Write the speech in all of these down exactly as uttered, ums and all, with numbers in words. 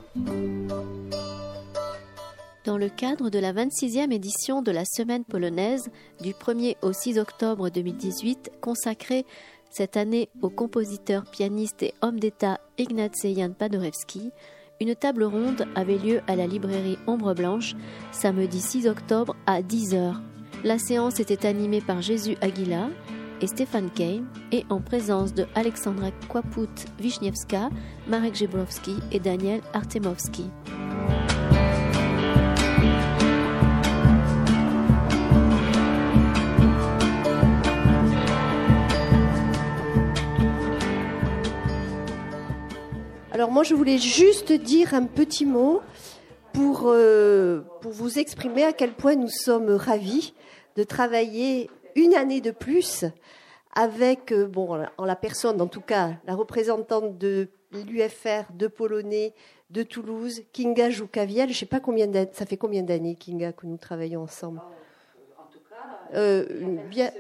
Dans le cadre de la vingt-sixième édition de la Semaine polonaise, du premier au six octobre deux mille dix-huit, consacrée cette année au compositeur, pianiste et homme d'État Ignacy Jan Paderewski, une table ronde avait lieu à la librairie Ombre Blanche, samedi six octobre à dix heures. La séance était animée par Jésus Aguila et Stéphane Keim, et en présence de Alexandra Kłaput-Wiśniewska, Marek Żebrowski et Daniel Artemowski. Alors moi, je voulais juste dire un petit mot pour, euh, pour vous exprimer à quel point nous sommes ravis de travailler une année de plus avec, euh, bon, en la personne, en tout cas, la représentante de l'U F R, de Polonais, de Toulouse, Kinga Joukawiel. Je ne sais pas combien d'années, ça fait combien d'années, Kinga, que nous travaillons ensemble? En tout cas, euh, bien...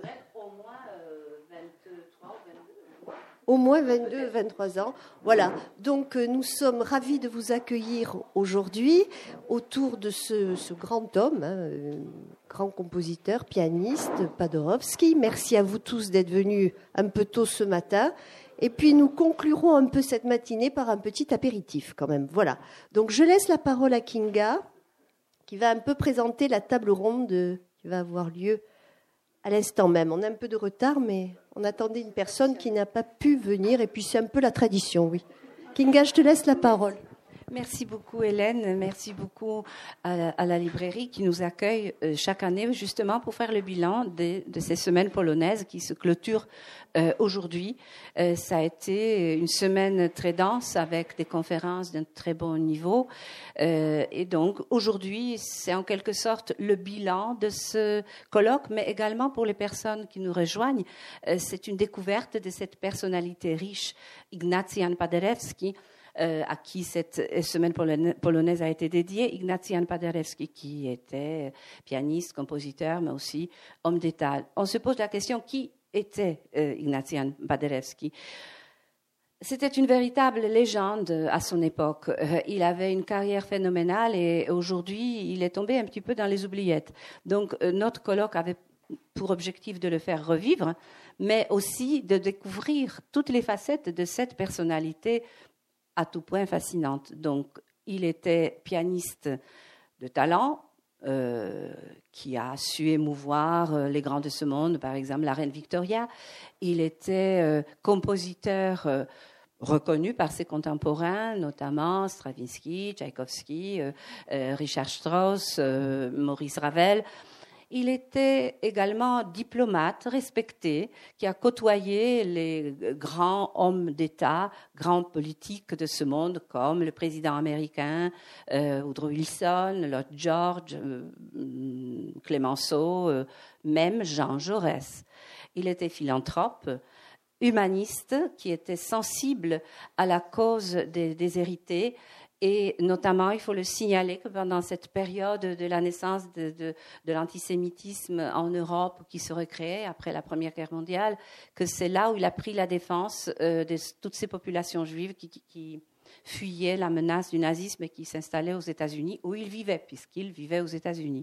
Au moins vingt-deux, vingt-trois ans. Voilà. Donc, euh, nous sommes ravis de vous accueillir aujourd'hui autour de ce, ce grand homme, hein, euh, grand compositeur, pianiste, Paderewski. Merci à vous tous d'être venus un peu tôt ce matin. Et puis, nous conclurons un peu cette matinée par un petit apéritif quand même. Voilà. Donc, je laisse la parole à Kinga, qui va un peu présenter la table ronde qui va avoir lieu à l'instant même. On a un peu de retard, mais on attendait une personne qui n'a pas pu venir, et puis c'est un peu la tradition, oui. Kinga, je te laisse la parole. Merci beaucoup Hélène, merci beaucoup à la, à la librairie qui nous accueille euh, chaque année justement pour faire le bilan de, de ces semaines polonaises qui se clôturent euh, aujourd'hui. Euh, ça a été une semaine très dense avec des conférences d'un très bon niveau euh, et donc aujourd'hui c'est en quelque sorte le bilan de ce colloque, mais également pour les personnes qui nous rejoignent, euh, c'est une découverte de cette personnalité riche, Ignacy Jan Paderewski, Euh, à qui cette semaine polonaise a été dédiée, Ignacy Jan Paderewski, qui était pianiste, compositeur, mais aussi homme d'État. On se pose la question, qui était euh, Ignacy Jan Paderewski? C'était une véritable légende à son époque. Euh, il avait une carrière phénoménale et aujourd'hui, il est tombé un petit peu dans les oubliettes. Donc, euh, notre colloque avait pour objectif de le faire revivre, mais aussi de découvrir toutes les facettes de cette personnalité à tout point fascinante. Donc, il était pianiste de talent, euh, qui a su émouvoir les grands de ce monde, par exemple la reine Victoria. Il était euh, compositeur euh, reconnu par ses contemporains, notamment Stravinsky, Tchaïkovski, euh, euh, Richard Strauss, euh, Maurice Ravel. Il était également diplomate, respecté, qui a côtoyé les grands hommes d'État, grands politiques de ce monde, comme le président américain, euh, Woodrow Wilson, Lloyd George, euh, Clemenceau, euh, même Jean Jaurès. Il était philanthrope, humaniste, qui était sensible à la cause des déshérités. Et notamment, il faut le signaler que pendant cette période de la naissance de, de, de l'antisémitisme en Europe qui se recréait après la Première Guerre mondiale, que c'est là où il a pris la défense euh, de toutes ces populations juives qui, qui, qui fuyaient la menace du nazisme et qui s'installaient aux États-Unis, où il vivait, puisqu'il vivait aux États-Unis.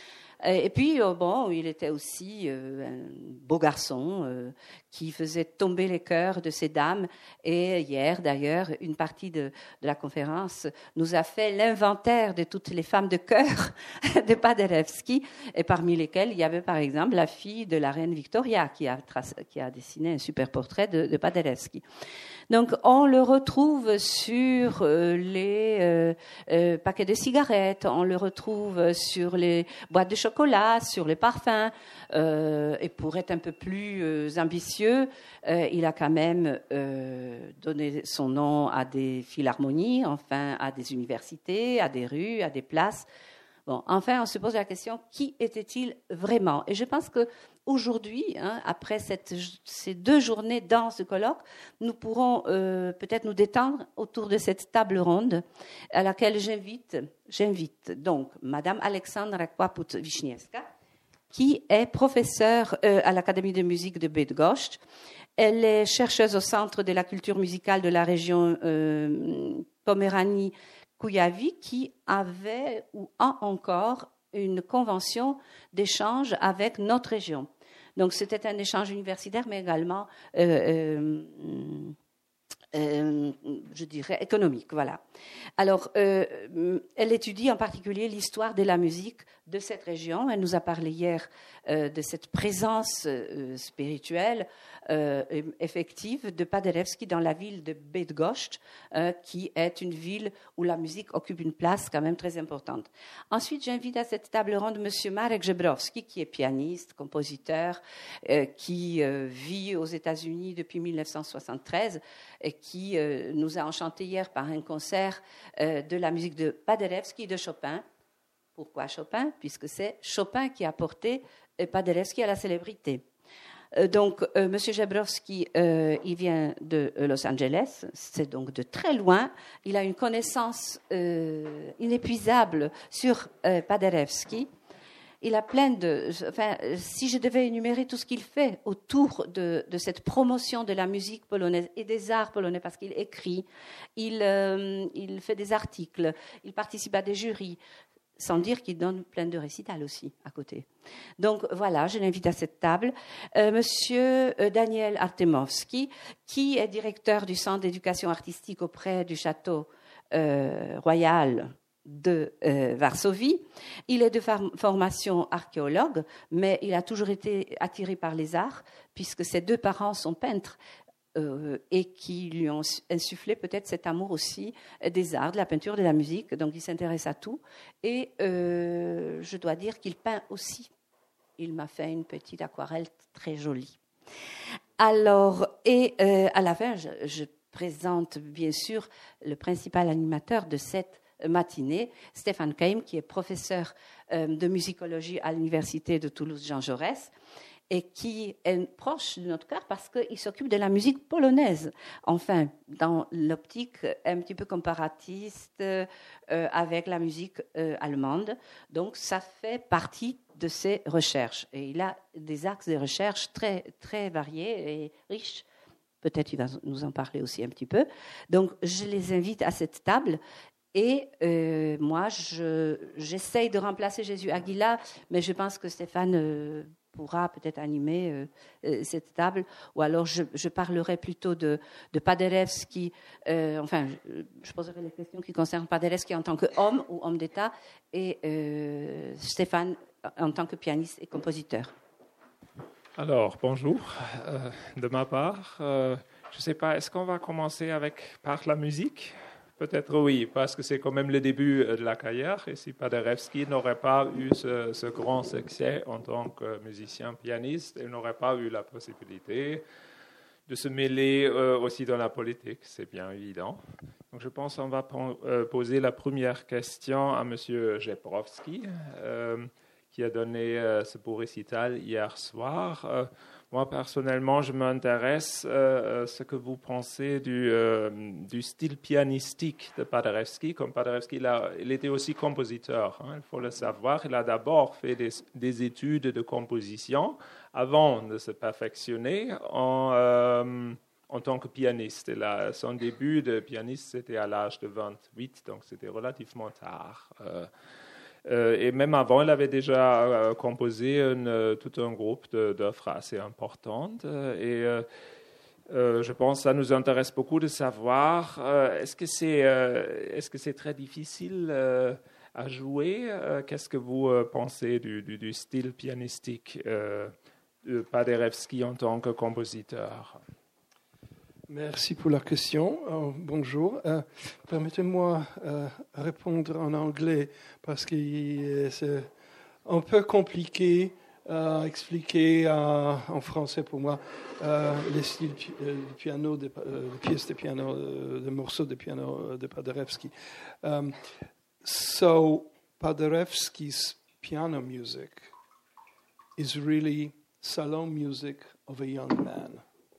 Et puis, bon, il était aussi euh, un beau garçon euh, qui faisait tomber les cœurs de ces dames. Et hier, d'ailleurs, une partie de, de la conférence nous a fait l'inventaire de toutes les femmes de cœur de Paderewski, et parmi lesquelles il y avait, par exemple, la fille de la reine Victoria qui a, tracé, qui a dessiné un super portrait de, de Paderewski. Donc, on le retrouve sur euh, les euh, euh, paquets de cigarettes, on le retrouve sur les boîtes de chocolat, sur les parfums. Euh, et pour être un peu plus euh, ambitieux, euh, il a quand même euh, donné son nom à des philharmonies, enfin à des universités, à des rues, à des places. Bon, enfin, on se pose la question, qui était-il vraiment? Et je pense que aujourd'hui, hein, après cette, ces deux journées dans ce colloque, nous pourrons euh, peut-être nous détendre autour de cette table ronde à laquelle j'invite, j'invite donc Madame Alexandra Kłaput-Wiśniewska, qui est professeure euh, à l'Académie de musique de Bydgoszcz. Elle est chercheuse au Centre de la culture musicale de la région euh, Poméranie-Kouyavi, qui avait ou a encore une convention d'échange avec notre région. Donc c'était un échange universitaire, mais également, euh, euh, euh, je dirais, économique. Voilà. Alors, euh, elle étudie en particulier l'histoire de la musique de cette région. Elle nous a parlé hier euh, de cette présence euh, spirituelle euh, effective de Paderewski dans la ville de Bydgoszcz, euh, qui est une ville où la musique occupe une place quand même très importante. Ensuite, j'invite à cette table ronde M. Marek Żebrowski, qui est pianiste, compositeur, euh, qui euh, vit aux États-Unis depuis mille neuf cent soixante-treize et qui euh, nous a enchantés hier par un concert euh, de la musique de Paderewski et de Chopin. Pourquoi Chopin? Puisque c'est Chopin qui a porté euh, Paderewski à la célébrité. Euh, donc, euh, M. Żebrowski, euh, il vient de euh, Los Angeles, c'est donc de très loin. Il a une connaissance euh, inépuisable sur euh, Paderewski. Il a plein de... Enfin, si je devais énumérer tout ce qu'il fait autour de, de cette promotion de la musique polonaise et des arts polonais, parce qu'il écrit, il, euh, il fait des articles, il participe à des jurys, sans dire qu'il donne plein de récitals aussi à côté. Donc voilà, je l'invite à cette table. Euh, Monsieur Daniel Artemowski, qui est directeur du Centre d'éducation artistique auprès du Château euh, Royal de euh, Varsovie. Il est de formation archéologue, mais il a toujours été attiré par les arts, puisque ses deux parents sont peintres euh, et qui lui ont insufflé peut-être cet amour aussi des arts, de la peinture, de la musique. Donc il s'intéresse à tout. Et euh, je dois dire qu'il peint aussi. Il m'a fait une petite aquarelle très jolie. Alors, et euh, à la fin, je, je présente bien sûr le principal animateur de cette matinée, Stéphane Keim, qui est professeur euh, de musicologie à l'université de Toulouse-Jean Jaurès et qui est proche de notre cœur parce qu'il s'occupe de la musique polonaise, enfin, dans l'optique un petit peu comparatiste euh, avec la musique euh, allemande. Donc, ça fait partie de ses recherches. Et il a des axes de recherche très, très variés et riches. Peut-être il va nous en parler aussi un petit peu. Donc, je les invite à cette table. Et euh, moi, je, j'essaye de remplacer Jésus Aguilar, mais je pense que Stéphane euh, pourra peut-être animer euh, cette table, ou alors je, je parlerai plutôt de, de Paderewski, euh, enfin, je, je poserai les questions qui concernent Paderewski en tant qu'homme ou homme d'État, et euh, Stéphane en tant que pianiste et compositeur. Alors, bonjour, euh, de ma part. Euh, je ne sais pas, est-ce qu'on va commencer avec, par la musique ? Peut-être oui, parce que c'est quand même le début de la carrière. Et si Paderewski n'aurait pas eu ce, ce grand succès en tant que musicien pianiste, il n'aurait pas eu la possibilité de se mêler euh, aussi dans la politique, c'est bien évident. Donc je pense qu'on va euh, poser la première question à M. Żebrowski, euh, qui a donné euh, ce beau récital hier soir. Euh, Moi, personnellement, je m'intéresse euh, à ce que vous pensez du, euh, du style pianistique de Paderewski. Comme Paderewski, il, a, il était aussi compositeur, hein, il faut le savoir. Il a d'abord fait des, des études de composition avant de se perfectionner en, euh, en tant que pianiste. Et là, son début de pianiste, c'était à l'âge de vingt-huit, donc c'était relativement tard. Euh, Euh, et même avant, il avait déjà euh, composé une, euh, tout un groupe d'œuvres assez importantes. Euh, et euh, euh, je pense que ça nous intéresse beaucoup de savoir, euh, est-ce que c'est euh, est-ce que c'est très difficile euh, à jouer? euh, Qu'est-ce que vous euh, pensez du, du, du style pianistique euh, de Paderewski en tant que compositeur? Merci pour la question. Oh, bonjour. Euh, permettez-moi euh, répondre en anglais parce que c'est un peu compliqué à expliquer euh, en français pour moi euh, les styles euh, du piano, des euh, pièces de piano, euh, des morceaux de piano de Paderewski. Um, so Paderewski's piano music is really salon music of a young man.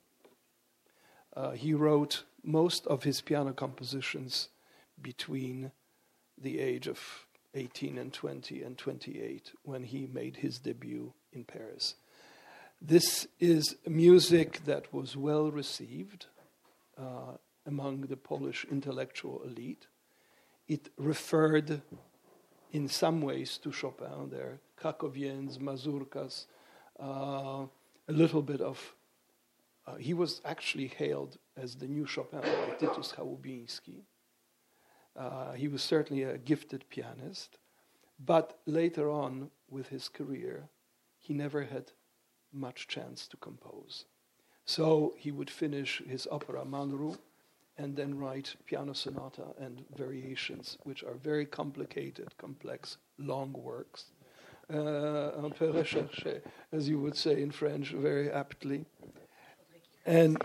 Uh, he wrote most of his piano compositions between the age of eighteen and twenty and twenty-eight when he made his debut in Paris. This is music that was well received uh, among the Polish intellectual elite. It referred in some ways to Chopin, their Krakowians, Mazurkas, uh, a little bit of... Uh, he was actually hailed as the new Chopin by Tytus Chałubiński. Uh, he was certainly a gifted pianist, but later on with his career, he never had much chance to compose. So he would finish his opera Manru and then write piano sonata and variations, which are very complicated, complex, long works. Uh, un peu recherché, as you would say in French, very aptly. And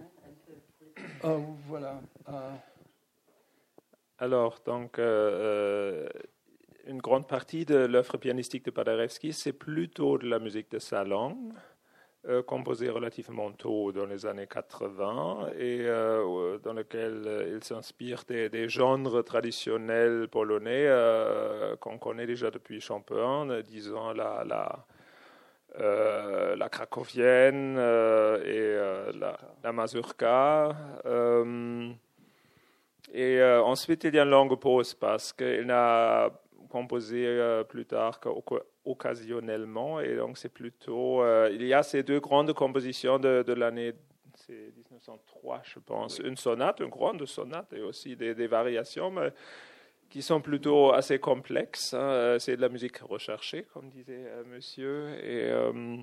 uh, voilà. Uh, Alors, donc, euh, une grande partie de l'œuvre pianistique de Paderewski, c'est plutôt de la musique de salon, euh, composée relativement tôt dans les années quatre-vingts, et euh, dans lequel euh, il s'inspire des, des genres traditionnels polonais euh, qu'on connaît déjà depuis Chopin, euh, disons la, la, euh, la krakowienne euh, et euh, la, la mazurka. Euh, Et euh, ensuite, il y a une longue pause parce qu'il n'a composé euh, plus tard qu'occasionnellement. Et donc, c'est plutôt... Euh, il y a ces deux grandes compositions de, de l'année c'est dix-neuf cent trois, je pense. Oui. Une sonate, une grande sonate, et aussi des, des variations, mais qui sont plutôt assez complexes. Hein. C'est de la musique recherchée, comme disait euh, monsieur. Et euh,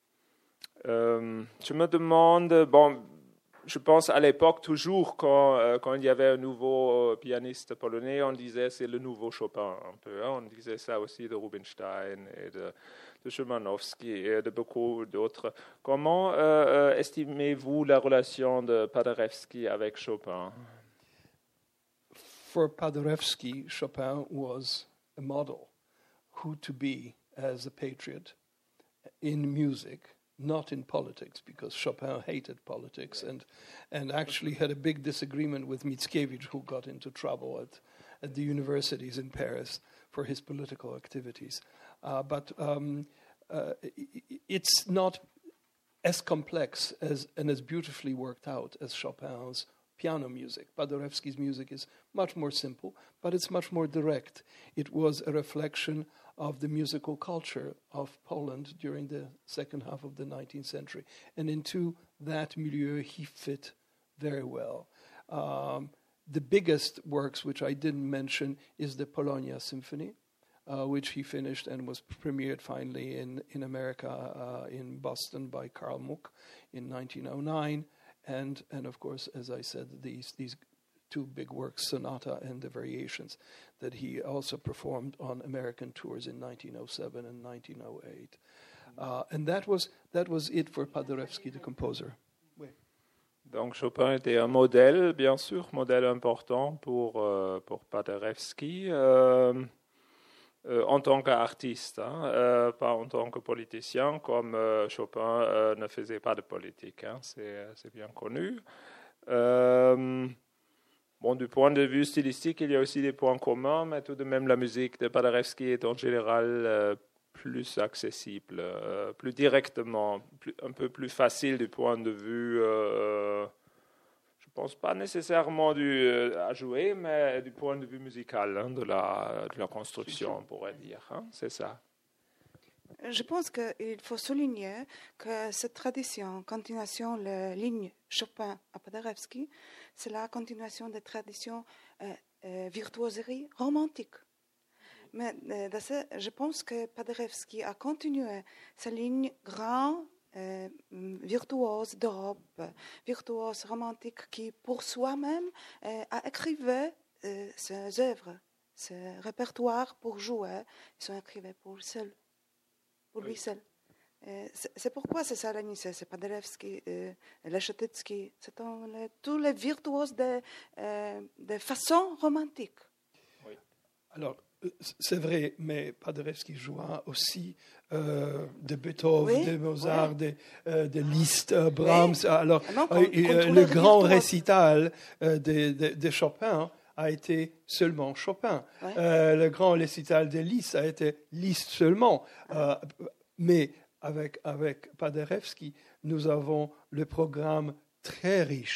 euh, je me demande... bon. Je pense à l'époque, toujours, quand, euh, quand il y avait un nouveau pianiste polonais, on disait c'est le nouveau Chopin, un peu. Hein. On disait ça aussi de Rubinstein et de, de Szymanowski et de beaucoup d'autres. Comment euh, estimez-vous la relation de Paderewski avec Chopin? For Paderewski, Chopin was a model who to be as a patriot in music. Not in politics, because Chopin hated politics and and actually had a big disagreement with Mickiewicz, who got into trouble at, at the universities in Paris for his political activities. Uh, but um, uh, it's not as complex as and as beautifully worked out as Chopin's piano music. Paderewski's music is much more simple, but it's much more direct. It was a reflection of the musical culture of Poland during the second half of the nineteenth century. And into that milieu, he fit very well. Um, the biggest works, which I didn't mention, is the Polonia Symphony, uh, which he finished and was premiered finally in, in America, uh, in Boston by Karl Muck in nineteen oh nine. And, and of course, as I said, these these two big works, Sonata and the Variations, that he also performed on American tours in nineteen oh seven and nineteen oh eight. Uh, and that was that was it for Paderewski, the composer. Oui. Donc Chopin était un modèle, bien sûr, modèle important pour, euh, pour Paderewski, euh, euh, en tant qu'artiste, hein, euh, pas en tant que politicien, comme euh, Chopin euh, ne faisait pas de politique, hein, c'est, c'est bien connu. Euh, Bon, du point de vue stylistique, il y a aussi des points communs, mais tout de même, la musique de Paderewski est en général euh, plus accessible, euh, plus directement, plus, un peu plus facile du point de vue, euh, je ne pense pas nécessairement du, euh, à jouer, mais du point de vue musical, hein, de, la, de la construction, on pourrait dire. Hein, c'est ça. Je pense qu'il faut souligner que cette tradition, continuation, la ligne Chopin à Paderewski, c'est la continuation des traditions euh, euh, virtuoserie romantique. Mais euh, ce, je pense que Paderewski a continué sa ligne grand euh, virtuose d'Europe, virtuose romantique qui, pour soi-même, euh, a écrit euh, ses œuvres, ses répertoires pour jouer, ils sont écrits pour seul. Pour lui seul. Euh, c'est, c'est pourquoi c'est ça la ligne, c'est, c'est Paderewski, euh, Leschetizky, c'est un, le, tous les virtuoses de, euh, de façon romantique. Oui. Alors, c'est vrai, mais Paderewski joua aussi euh, de Beethoven, oui, de Mozart, oui. de, euh, de Liszt, euh, Brahms. Oui. Alors, non, euh, euh, le grand virtuose. récital euh, de, de, de Chopin a été seulement Chopin. Ouais. Euh, le grand récital de Liszt a été Liszt seulement. Euh, mais avec, avec Paderewski, nous avons le programme très riche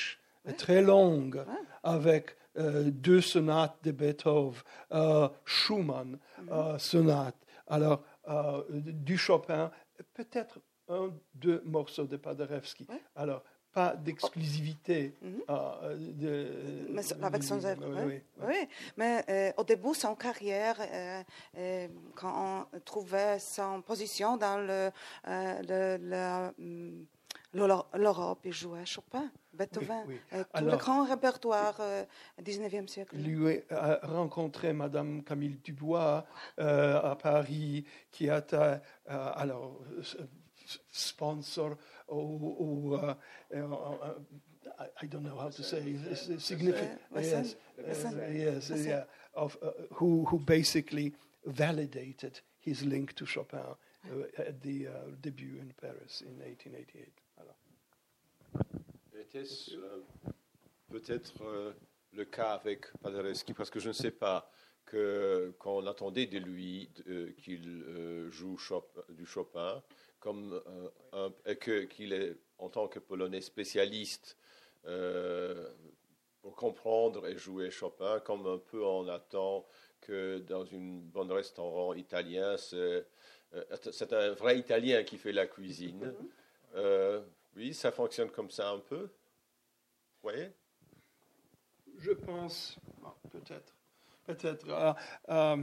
ouais. très longue, Ouais. avec euh, deux sonates de Beethoven, euh, Schumann, Mhm. euh, sonate. Alors, euh, du Chopin, peut-être un, deux morceaux de Paderewski. Ouais. Alors, pas d'exclusivité. Mhm. euh, de, Mais so- avec son de- œuvre, oui, ouais. oui, oui. Oui, mais euh, au début de son carrière, euh, euh, quand on trouvait son position dans le, euh, le- la, hum, l'Euro- l'Europe, il jouait Chopin, Beethoven, Oui, oui. euh, tout Alors- le grand répertoire euh, du dix-neuvième siècle. Lui a rencontré Madame Camille Dubois euh, à Paris, qui était euh, alors sponsor ou, ou uh, uh, I, I don't know how to say significant yes, uh, yes, yeah, of uh, who who basically validated his link to Chopin uh, at the uh, debut in Paris in eighteen eighty-eight. Alors. Était-ce euh, peut-être euh, le cas avec Paderewski, parce que je ne sais pas que qu'on attendait de lui euh, qu'il euh, joue Chopin, du Chopin, comme euh, un, et que qu'il est en tant que Polonais spécialiste euh, pour comprendre et jouer Chopin, comme un peu on attend que dans un bon restaurant italien, c'est, euh, c'est un vrai Italien qui fait la cuisine. Euh, oui, ça fonctionne comme ça un peu. Vous voyez? Je pense, bon, peut-être, peut-être, euh, euh,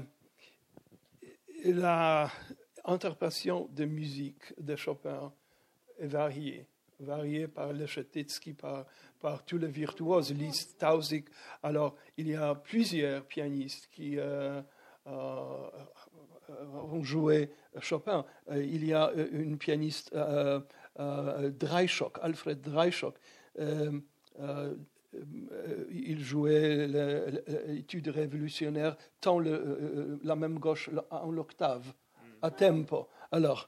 l'interprétation de musique de Chopin est variée, variée par Leschetizky, par, par tous les virtuoses, Liszt, Tausig. Alors, il y a plusieurs pianistes qui euh, euh, ont joué Chopin. Euh, il y a une pianiste, euh, euh, Dreischock, Alfred Dreischock. Euh, euh, Euh, il jouait l'étude révolutionnaire tant le, euh, la même gauche en l'octave, à tempo. Alors,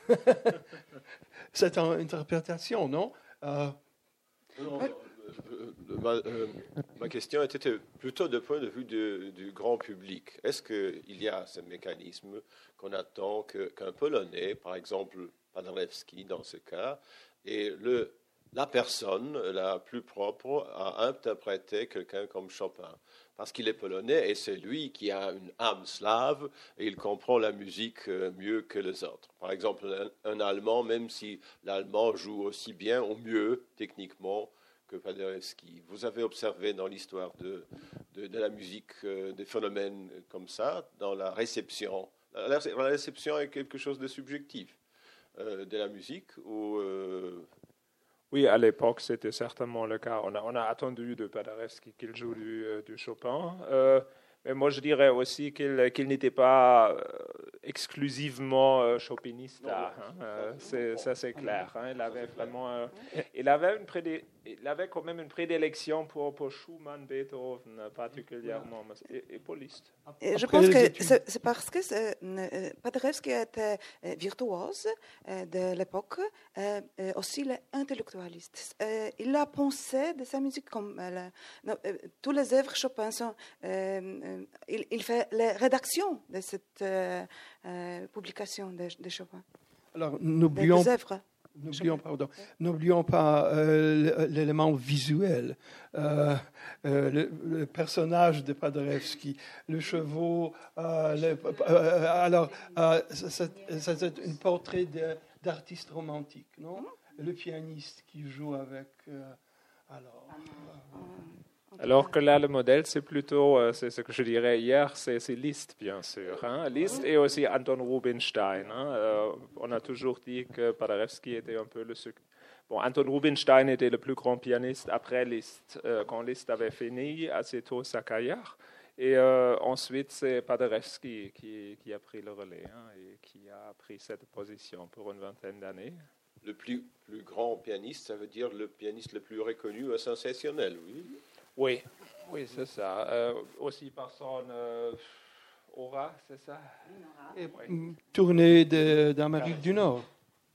c'est une interprétation, non euh, Non, euh, euh, ma, euh, ma question était plutôt du point de vue de, du grand public. Est-ce qu'il y a ce mécanisme qu'on attend que, qu'un Polonais, par exemple Paderewski dans ce cas, et le la personne la plus propre à interpréter quelqu'un comme Chopin. Parce qu'il est polonais et c'est lui qui a une âme slave et il comprend la musique mieux que les autres. Par exemple, un, un Allemand, même si l'Allemand joue aussi bien ou mieux techniquement que Paderewski. Vous avez observé dans l'histoire de, de, de la musique euh, des phénomènes comme ça, dans la réception. La, la réception est quelque chose de subjectif euh, de la musique ou... Euh, Oui, à l'époque, c'était certainement le cas. On a, on a attendu de Paderewski qu'il joue du, euh, du Chopin. Euh, mais moi, je dirais aussi qu'il, qu'il n'était pas euh, exclusivement euh, chopiniste. Hein. Euh, c'est, ça, c'est clair. Hein. Il avait vraiment, euh, il avait une prédé, il avait quand même une prédilection pour, pour Schumann, Beethoven particulièrement, et, et pour Liszt. Et je pense que c'est, c'est parce que c'est, euh, Paderewski était euh, virtuose euh, de l'époque, euh, euh, aussi intellectualiste. Euh, il a pensé de sa musique comme euh, non, euh, tous les œuvres Chopin sont. Euh, euh, il, il fait les rédactions de cette euh, euh, publication de, de Chopin. Alors, n'oublions, des œuvres. N'oublions, pardon, n'oublions pas euh, l'élément visuel. Euh, euh, le, le personnage de Paderewski, le chevaux. Euh, le, euh, alors, euh, c'est, c'est un portrait de, d'artiste romantique, non? Le pianiste qui joue avec. Euh, alors. Euh, Alors que là, le modèle, c'est plutôt, euh, c'est ce que je dirais hier, c'est, c'est Liszt, bien sûr. Hein? Liszt et aussi Anton Rubinstein. Hein? Euh, on a toujours dit que Paderewski était un peu le... Bon, Anton Rubinstein était le plus grand pianiste après Liszt, euh, quand Liszt avait fini assez tôt sa carrière. Et euh, ensuite, c'est Paderewski qui, qui a pris le relais hein, et qui a pris cette position pour une vingtaine d'années. Le plus, plus grand pianiste, ça veut dire le pianiste le plus reconnu et sensationnel, oui. Oui, oui, c'est ça. Euh, aussi par son euh, aura, c'est ça. Et oui. Tournée de, d'Amérique du Nord.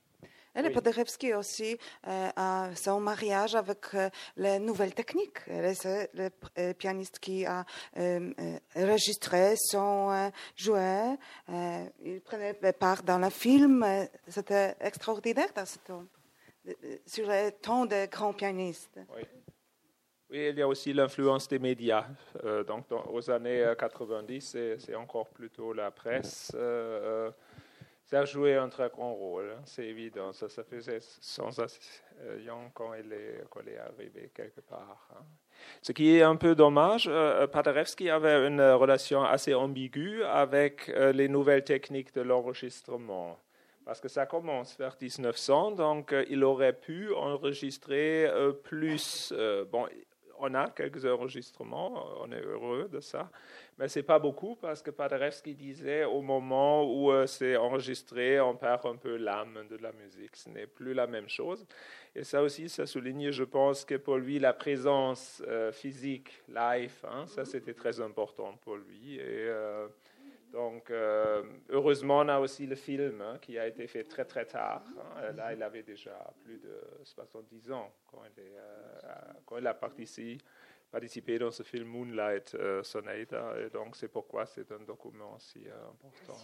Et oui. Paderewski aussi euh, a son mariage avec euh, les nouvelles techniques. C'est le euh, pianiste qui a euh, enregistré son euh, jouet. Euh, il prenait part dans le film. C'était extraordinaire dans ce temps, sur le ton de grands pianistes. Oui. Oui, il y a aussi l'influence des médias. Euh, donc, dans, aux années quatre-vingt-dix, c'est, c'est encore plutôt la presse. Euh, ça a joué un très grand rôle, hein, c'est évident. Ça, ça faisait sans euh, Young quand il est, quand il est arrivé quelque part. Hein. Ce qui est un peu dommage, euh, Paderewski avait une relation assez ambiguë avec euh, les nouvelles techniques de l'enregistrement. Parce que ça commence vers dix-neuf cents, donc euh, il aurait pu enregistrer euh, plus. Euh, bon, on a quelques enregistrements, on est heureux de ça, mais ce n'est pas beaucoup parce que Paderewski disait au moment où euh, c'est enregistré, on perd un peu l'âme de la musique. Ce n'est plus la même chose. Et ça aussi, ça souligne, je pense, que pour lui, la présence euh, physique, live, hein, ça c'était très important pour lui. Et, euh, Donc, euh, heureusement, on a aussi le film hein, qui a été fait très, très tard. Hein. Là, il avait déjà plus de soixante-dix ans quand il, est, euh, quand il a participé, participé dans ce film Moonlight euh, Sonata. Et donc, c'est pourquoi c'est un document aussi euh, important.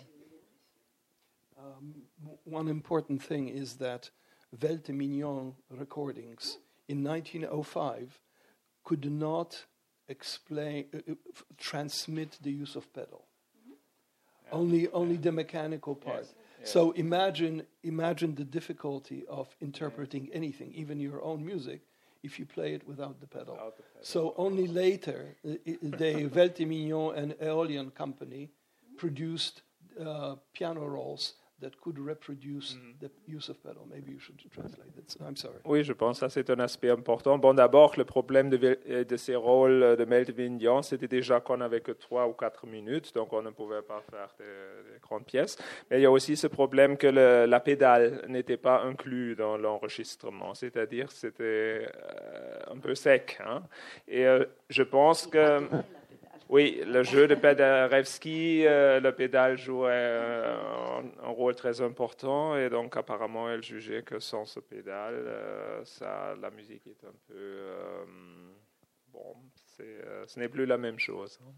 Um, one important thing is that Weltemignon recordings in nineteen oh five could not explain, uh, transmit the use of pedal. Only, only the mechanical part. Yes, yes. So imagine, imagine the difficulty of interpreting yes. anything, even your own music, if you play it without the pedal. Without the pedal. So only later, the Weltemignon and Aeolian Company produced uh, piano rolls that could reproduce mm. the use of pedal. Maybe you should translate it. I'm sorry. Oui, je pense que ça c'est un aspect important. Bon, d'abord, le problème de, de ces rôles de Weltemignon, c'était déjà qu'on n'avait que trois ou quatre minutes, donc on ne pouvait pas faire des, des grandes pièces. Mais il y a aussi ce problème que le, la pédale n'était pas inclue dans l'enregistrement, c'est-à-dire c'était euh, un peu sec. Hein? Et euh, je pense que... Oui, le jeu de Paderewski, euh, le pédale jouait euh, un, un rôle très important et donc apparemment elle jugeait que sans ce pédale, euh, ça, la musique est un peu... Euh, bon, c'est, euh, ce n'est plus la même chose. Hein.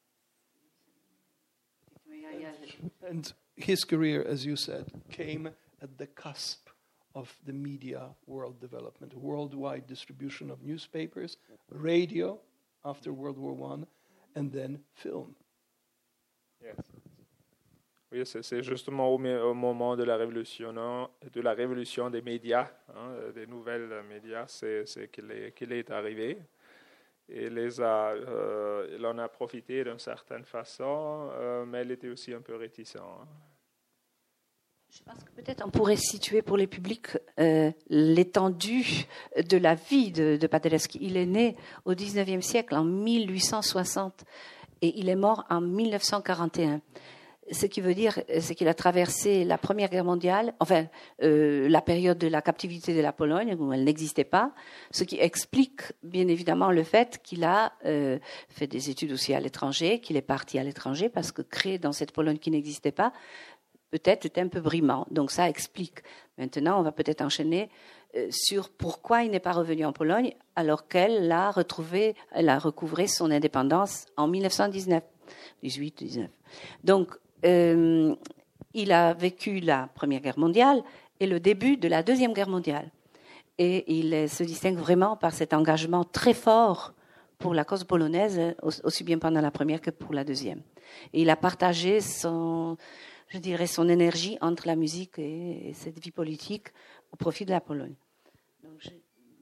And his career, as you said, came at the cusp of the media world development, worldwide distribution of newspapers, radio after World War One, and then film. Yes. Oui, c'est, c'est justement au, au moment de la révolution, de la révolution des médias, hein, des nouvelles médias, c'est, c'est qu'il, est, qu'il est arrivé. Et les a, euh, il en a profité d'une certaine façon, euh, mais il était aussi un peu réticent. Hein. Je pense que peut-être on pourrait situer pour les publics euh, l'étendue de la vie de, de Paderewski. Il est né au dix-neuvième siècle, en mille huit cent soixante, et il est mort en mille neuf cent quarante et un. Ce qui veut dire, c'est qu'il a traversé la Première Guerre mondiale, enfin euh, la période de la captivité de la Pologne, où elle n'existait pas, ce qui explique bien évidemment le fait qu'il a euh, fait des études aussi à l'étranger, qu'il est parti à l'étranger, parce que créer dans cette Pologne qui n'existait pas, peut-être était un peu brimant. Donc ça explique. Maintenant, on va peut-être enchaîner euh, sur pourquoi il n'est pas revenu en Pologne alors qu'elle a retrouvé, elle a recouvré son indépendance en mille neuf cent dix-neuf, dix-huit, dix-neuf. Donc, euh, il a vécu la Première Guerre mondiale et le début de la Deuxième Guerre mondiale. Et il est, se distingue vraiment par cet engagement très fort pour la cause polonaise, aussi bien pendant la Première que pour la Deuxième. Et il a partagé son... je dirais, son énergie entre la musique et, et cette vie politique au profit de la Pologne. Donc, je...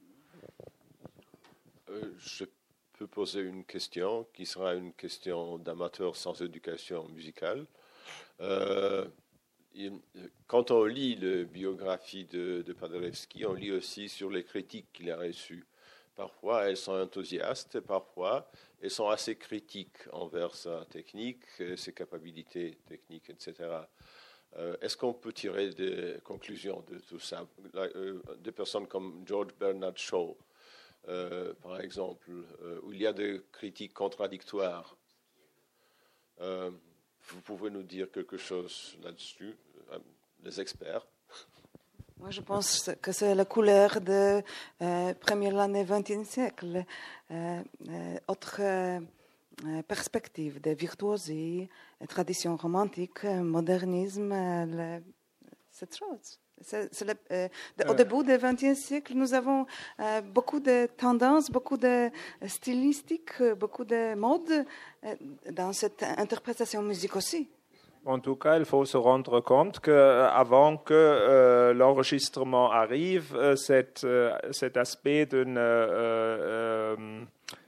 Euh, je peux poser une question qui sera une question d'amateur sans éducation musicale. Euh, il, quand on lit la biographie de, de Paderewski, on lit aussi sur les critiques qu'il a reçues. Parfois, elles sont enthousiastes, parfois, elles sont assez critiques envers sa technique, ses capacités techniques, et cetera. Euh, est-ce qu'on peut tirer des conclusions de tout ça? euh, Des personnes comme George Bernard Shaw, euh, par exemple, euh, où il y a des critiques contradictoires. Euh, vous pouvez nous dire quelque chose là-dessus, euh, les experts? Moi, je pense que c'est la couleur de euh, première année vingtième siècle. Euh, euh, autre euh, perspective de virtuosie, tradition romantique, modernisme, le, cette chose. c'est, c'est le, euh, de, au début du vingtième siècle, nous avons euh, beaucoup de tendances, beaucoup de stylistiques, beaucoup de modes euh, dans cette interprétation musique aussi. En tout cas, il faut se rendre compte qu'avant que euh, l'enregistrement arrive, euh, cet, euh, cet aspect d'une, euh, euh,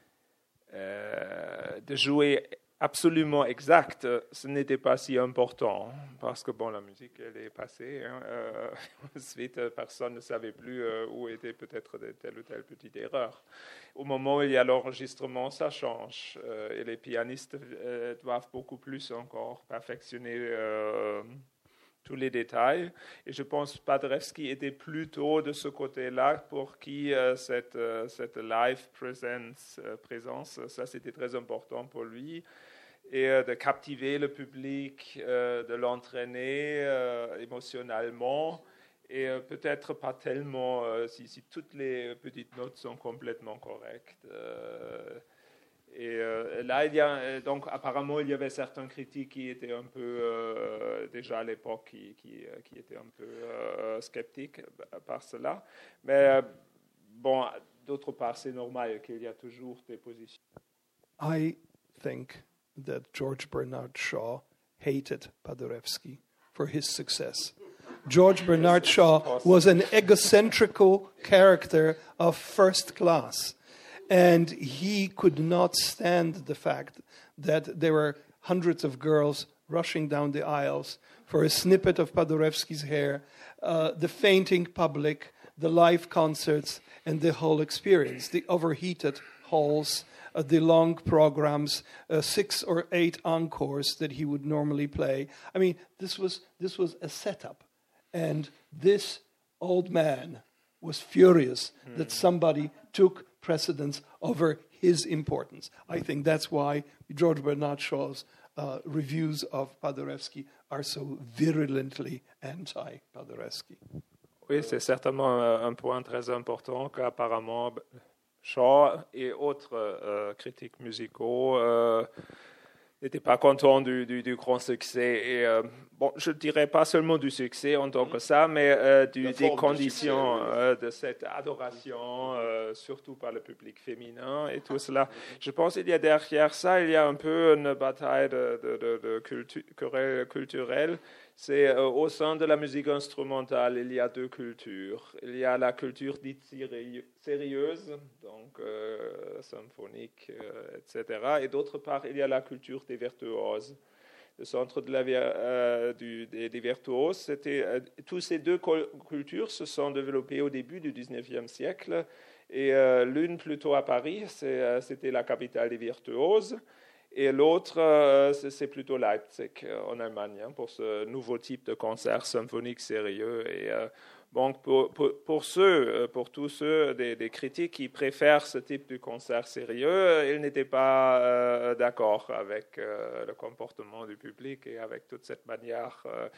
euh, de jouer absolument exact, ce n'était pas si important, parce que bon, la musique, elle est passée. Hein, euh, ensuite, personne ne savait plus euh, où était peut-être telle ou telle petite erreur. Au moment où il y a l'enregistrement, ça change. Euh, et les pianistes euh, doivent beaucoup plus encore perfectionner euh, tous les détails. Et je pense que Paderewski était plutôt de ce côté-là pour qui euh, cette, euh, cette live presence, euh, présence, ça c'était très important pour lui. Et euh, de captiver le public, euh, de l'entraîner euh, émotionnellement. Et euh, peut-être pas tellement euh, si, si toutes les petites notes sont complètement correctes. Euh, et euh, là, il y a, donc apparemment, il y avait certains critiques qui étaient un peu, euh, déjà à l'époque, qui, qui, qui étaient un peu euh, sceptiques par cela. Mais euh, bon, d'autre part, c'est normal qu'il y a toujours des positions. I think that George Bernard Shaw hated Paderewski for his success. George Bernard Shaw was an egocentrical character of first class, and he could not stand the fact that there were hundreds of girls rushing down the aisles for a snippet of Paderewski's hair, uh, the fainting public, the live concerts, and the whole experience, the overheated halls, Uh, the long programs, uh, six or eight encores that he would normally play. I mean, this was this was a setup, and this old man was furious mm. that somebody took precedence over his importance. I think that's why George Bernard Shaw's uh, reviews of Paderewski are so virulently anti-Paderewski. Oui, c'est certainement un point très important qu'apparemment Shaw et autres euh, critiques musicaux euh, n'étaient pas contents du, du, du grand succès. Et, euh, bon, je ne dirais pas seulement du succès en tant que ça, mais euh, du, des conditions de, succès, oui. euh, de cette adoration, euh, surtout par le public féminin et tout cela. Je pense qu'il y a derrière ça, il y a un peu une bataille de, de, de, de cultu- culturelle. C'est euh, au sein de la musique instrumentale, il y a deux cultures. Il y a la culture dite sérieuse, donc euh, symphonique, euh, et cetera. Et d'autre part, il y a la culture des virtuoses. Le centre de la, euh, du, des, des virtuoses, c'était, euh, tous ces deux cultures se sont développées au début du dix-neuvième siècle. Et euh, l'une plutôt à Paris, c'est, euh, c'était la capitale des virtuoses. Et l'autre, euh, c'est, c'est plutôt Leipzig, euh, en Allemagne, hein, pour ce nouveau type de concert symphonique sérieux. Et euh, donc, pour, pour, pour ceux, pour tous ceux des, des critiques qui préfèrent ce type de concert sérieux, ils n'étaient pas euh, d'accord avec euh, le comportement du public et avec toute cette manière, euh,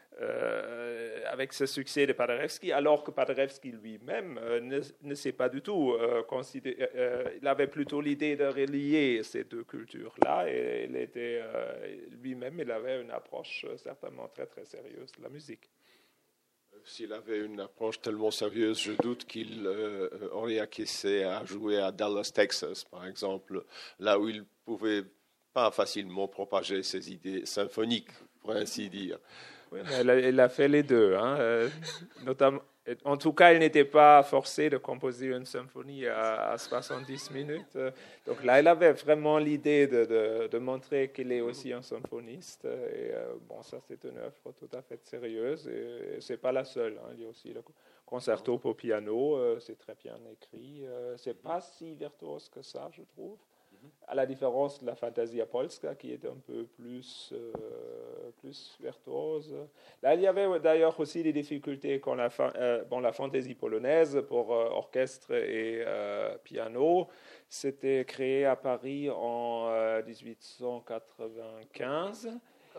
euh, avec ce succès de Paderewski, alors que Paderewski lui-même euh, ne, ne s'est pas du tout euh, considéré. Euh, il avait plutôt l'idée de relier ces deux cultures-là, et il était, euh, lui-même, il avait une approche certainement très, très sérieuse de la musique. S'il avait une approche tellement sérieuse, je doute qu'il euh, aurait acquiescé à jouer à Dallas, Texas, par exemple, là où il pouvait pas facilement propager ses idées symphoniques, pour ainsi dire. Oui, mais il, a, il a fait les deux. Hein, euh, notamment, en tout cas, il n'était pas forcé de composer une symphonie à, à soixante-dix minutes. Donc là, il avait vraiment l'idée de, de, de montrer qu'il est aussi un symphoniste. Et euh, bon, ça, c'est une œuvre tout à fait sérieuse. Et, et ce n'est pas la seule. Hein. Il y a aussi le concerto pour piano. Euh, c'est très bien écrit. Euh, ce n'est pas si virtuose que ça, je trouve. À la différence de la Fantasia Polska, qui est un peu plus, euh, plus virtuose. Là, il y avait d'ailleurs aussi des difficultés quand la, fa- euh, bon, la Fantaisie polonaise pour euh, orchestre et euh, piano. C'était créé à Paris en euh, dix-huit cent quatre-vingt-quinze.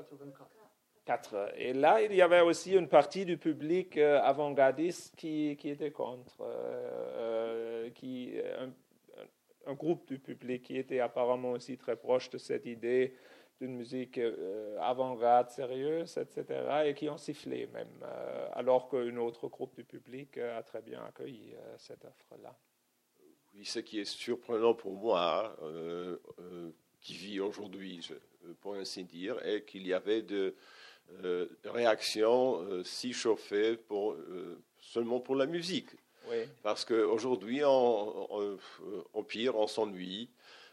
quatre. Et là, il y avait aussi une partie du public euh, avant-gardiste qui, qui était contre, euh, euh, qui... Un, un groupe du public qui était apparemment aussi très proche de cette idée d'une musique euh, avant-garde, sérieuse, et cetera, et qui ont sifflé même, euh, alors qu'un autre groupe du public euh, a très bien accueilli euh, cette offre-là. Oui, ce qui est surprenant pour moi, euh, euh, qui vit aujourd'hui, je, pour ainsi dire, est qu'il y avait de euh, réactions euh, si chauffées pour, euh, seulement pour la musique. Oui. Parce qu'aujourd'hui, on, on, on pire, on s'ennuie.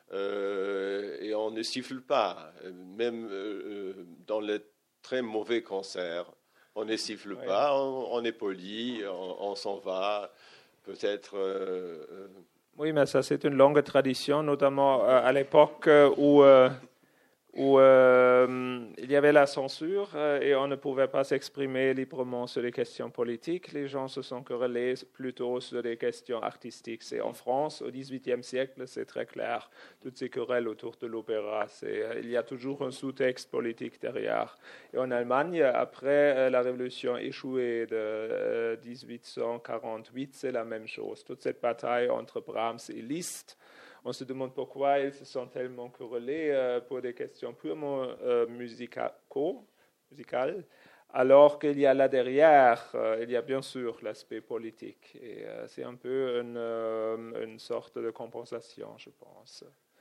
Euh, et on ne siffle pas, même euh, dans les très mauvais concerts, on ne siffle oui. pas, on, on est poli, on, on s'en va, peut-être. Euh, euh... Oui, mais ça c'est une longue tradition, notamment euh, à l'époque où, euh, où euh, il y avait la censure euh, et on ne pouvait pas s'exprimer librement sur les questions politiques. Les gens se sont querellés plutôt sur des questions artistiques. C'est en France, au dix-huitième siècle, c'est très clair. Toutes ces querelles autour de l'opéra, c'est, euh, il y a toujours un sous-texte politique derrière. Et en Allemagne, après euh, la révolution échouée de euh, dix-huit cent quarante-huit, c'est la même chose. Toute cette bataille entre Brahms et Liszt, on se demande pourquoi ils se sont tellement querellés euh, pour des questions purement euh, musicaux, musicales, alors qu'il y a là derrière, euh, il y a bien sûr l'aspect politique. Et euh, c'est un peu une, euh, une sorte de compensation, je pense.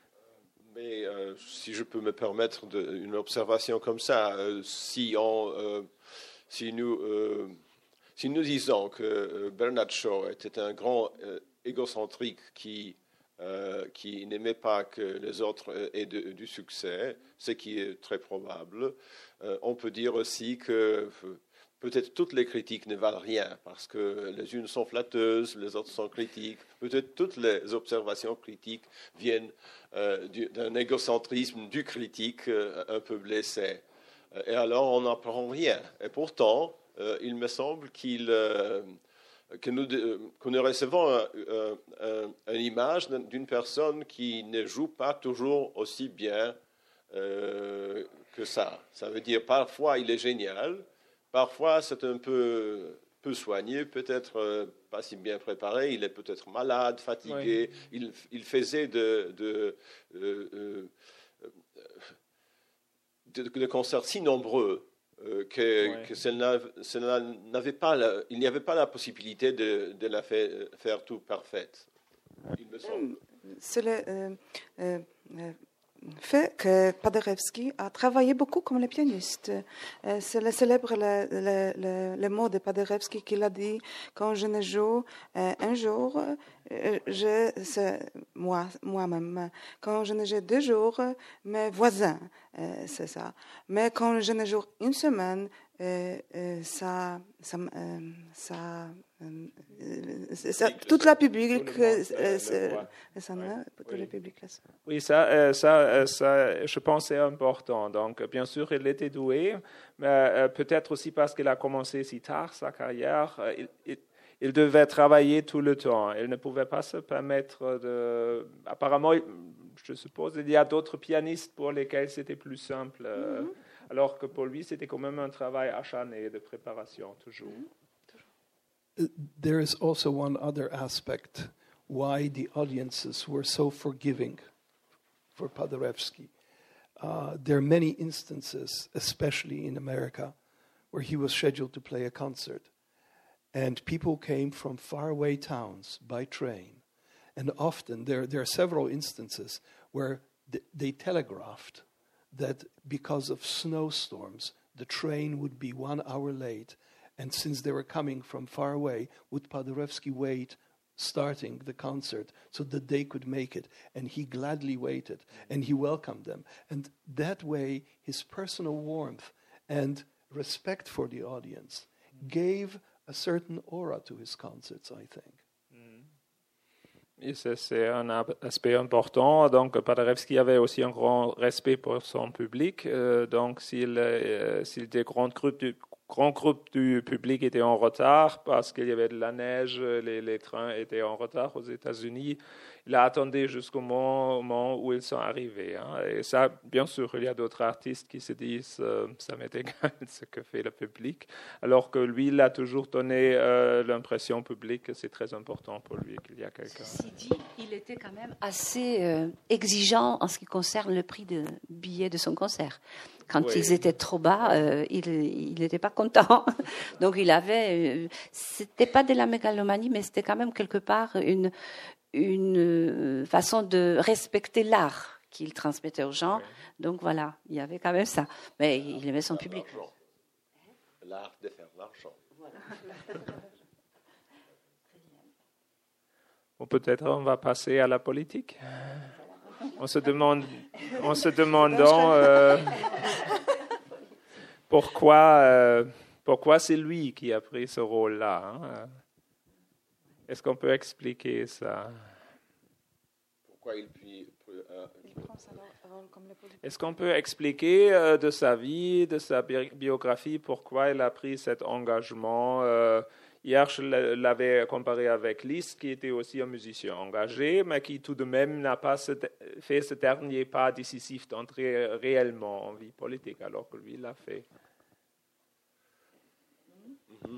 Mais euh, si je peux me permettre de, une observation comme ça, euh, si, on, euh, si, nous, euh, si nous disons que euh, Bernard Shaw était un grand euh, égocentrique qui Euh, qui n'aimait pas que les autres aient de, du succès, ce qui est très probable. Euh, on peut dire aussi que euh, peut-être toutes les critiques ne valent rien, parce que les unes sont flatteuses, les autres sont critiques. Peut-être toutes les observations critiques viennent euh, du, d'un égocentrisme du critique euh, un peu blessé. Euh, et alors on n'apprend rien. Et pourtant, euh, il me semble qu'il... Euh, que nous, que nous recevons un, un, un, une image d'une personne qui ne joue pas toujours aussi bien euh, que ça. Ça veut dire parfois il est génial, parfois c'est un peu, peu soigné, peut-être euh, pas si bien préparé, il est peut-être malade, fatigué, oui. il, il faisait de, de, de, de, de, de concerts si nombreux Euh, que, ouais. que cela, cela n'avait pas la, il n'y avait pas la possibilité de, de la faire, faire tout parfaite, il me semble. C'est le euh, euh, fait que Paderewski a travaillé beaucoup comme le pianiste. Euh, c'est le célèbre le, le, le, le mot de Paderewski qu'il a dit: quand je ne joue euh, un jour, euh, je, c'est moi, moi-même. Quand je ne joue deux jours, mes voisins, euh, c'est ça. Mais quand je ne joue une semaine, euh, euh, ça, ça, euh, ça, euh, ça toute la public, euh, euh, ça, oui. tout oui. le public. Là. Oui, ça, euh, ça, euh, ça, je pense, c'est important. Donc, bien sûr, il était doué, mais euh, peut-être aussi parce qu'il a commencé si tard sa carrière, euh, il, il, il devait travailler tout le temps. Il ne pouvait pas se permettre de... Apparemment, je suppose, il y a d'autres pianistes pour lesquels c'était plus simple, euh, mm-hmm. alors que pour lui, c'était quand même un travail acharné de préparation, toujours. Mm-hmm. There is also one other aspect why the audiences were so forgiving for Paderewski. Uh, there are many instances, especially in America, where he was scheduled to play a concert. And people came from faraway towns by train. And often, there, there are several instances where th- they telegraphed that because of snowstorms, the train would be one hour late. And since they were coming from far away, would Paderewski wait starting the concert so that they could make it? And he gladly waited, and he welcomed them. And that way, his personal warmth and respect for the audience gave a certain aura to his concerts, I think. Et c'est un aspect important. Donc, Paderewski avait aussi un grand respect pour son public. Euh, donc, s'il, euh, s'il des grands groupes du Grand groupe du public était en retard parce qu'il y avait de la neige, les, les trains étaient en retard aux États-Unis. il a attendu jusqu'au moment où ils sont arrivés. Hein. Et ça, bien sûr, il y a d'autres artistes qui se disent euh, ça m'est égal ce que fait le public, alors que lui, il a toujours donné euh, l'impression publique que c'est très important pour lui qu'il y a quelqu'un. Ceci dit, il était quand même assez euh, exigeant en ce qui concerne le prix de billets de son concert. Quand oui. ils étaient trop bas, euh, il n'était pas content. Donc il avait, euh, c'était pas de la mégalomanie, mais c'était quand même quelque part une une façon de respecter l'art qu'il transmettait aux gens. Oui. Donc voilà, il y avait quand même ça. Mais il aimait son public. L'art de faire l'argent. Voilà. Ou peut-être on va passer à la politique. On se demande, en se demandant euh, pourquoi, euh, pourquoi c'est lui qui a pris ce rôle-là. Hein? Est-ce qu'on peut expliquer ça? Pourquoi il puis, euh, Est-ce qu'on peut expliquer euh, de sa vie, de sa bi- biographie, pourquoi il a pris cet engagement? euh, Hier, je l'avais comparé avec Liszt, qui était aussi un musicien engagé, mais qui tout de même n'a pas fait ce dernier pas décisif d'entrer réellement en vie politique, alors que lui l'a fait. Mm-hmm.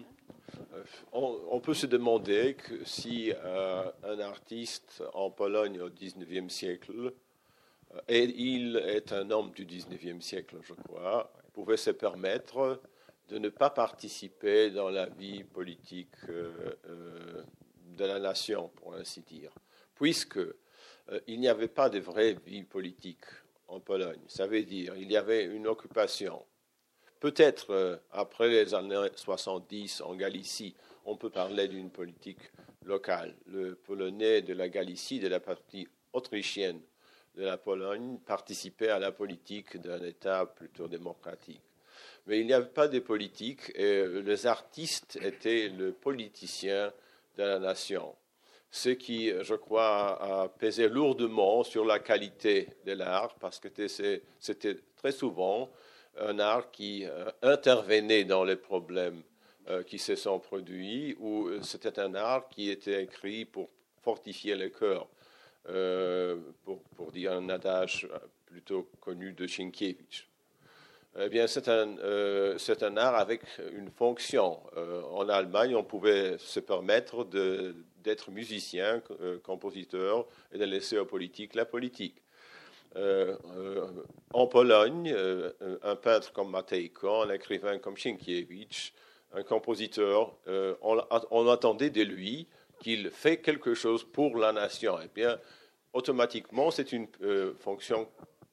On, on peut se demander que si euh, un artiste en Pologne au dix-neuvième siècle, et il est un homme du dix-neuvième siècle, je crois, pouvait se permettre de ne pas participer dans la vie politique euh, euh, de la nation, pour ainsi dire, puisque euh, il n'y avait pas de vraie vie politique en Pologne. Ça veut dire il y avait une occupation. Peut-être euh, après les années soixante-dix en Galicie, on peut parler d'une politique locale. Le Polonais de la Galicie, de la partie autrichienne de la Pologne, participait à la politique d'un État plutôt démocratique. Mais il n'y avait pas de politique et les artistes étaient le politicien de la nation. Ce qui, je crois, a pesé lourdement sur la qualité de l'art parce que c'était très souvent un art qui euh, intervenait dans les problèmes euh, qui se sont produits ou c'était un art qui était écrit pour fortifier le cœur, euh, pour, pour dire un adage plutôt connu de Sienkiewicz. Eh bien, c'est un, euh, c'est un art avec une fonction. Euh, en Allemagne, on pouvait se permettre de, d'être musicien, euh, compositeur, et de laisser aux politiques la politique. Euh, euh, en Pologne, euh, un peintre comme Matejko, un écrivain comme Sienkiewicz, un compositeur, euh, on, on attendait de lui qu'il fait quelque chose pour la nation. Eh bien, automatiquement, c'est une euh, fonction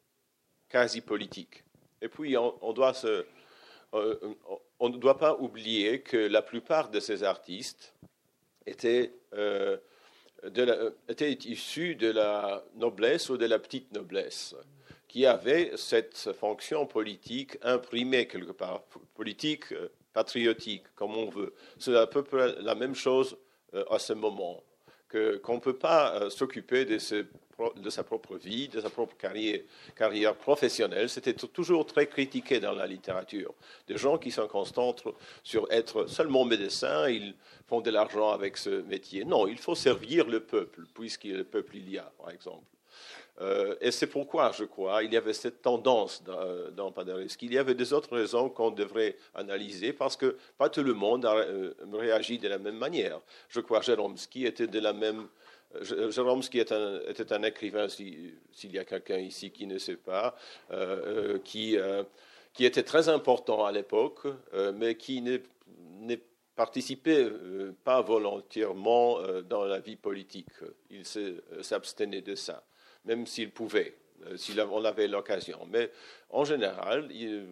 quasi politique. Et puis, on, on doit se, euh, on ne doit pas oublier que la plupart de ces artistes étaient, euh, de la, étaient issus de la noblesse ou de la petite noblesse, qui avait cette fonction politique imprimée quelque part, politique, patriotique, comme on veut. C'est à peu près la même chose à ce moment, que, qu'on ne peut pas s'occuper de ces de sa propre vie, de sa propre carrière, carrière professionnelle. C'était toujours très critiqué dans la littérature. Des gens qui se concentrent sur être seulement médecins, ils font de l'argent avec ce métier. Non, il faut servir le peuple, puisqu'il y a le peuple il y a, par exemple. Euh, et c'est pourquoi, je crois, il y avait cette tendance dans, dans Paderewski. Il y avait des autres raisons qu'on devrait analyser, parce que pas tout le monde a euh, réagi de la même manière. Je crois que Gieromski était de la même... Gieromski était un, était un écrivain, si, s'il y a quelqu'un ici qui ne sait pas, euh, qui, euh, qui était très important à l'époque, euh, mais qui ne, ne participait euh, pas volontairement euh, dans la vie politique. Il se, s'abstenait de ça, même s'il pouvait, euh, s'il on avait l'occasion. Mais en général, il,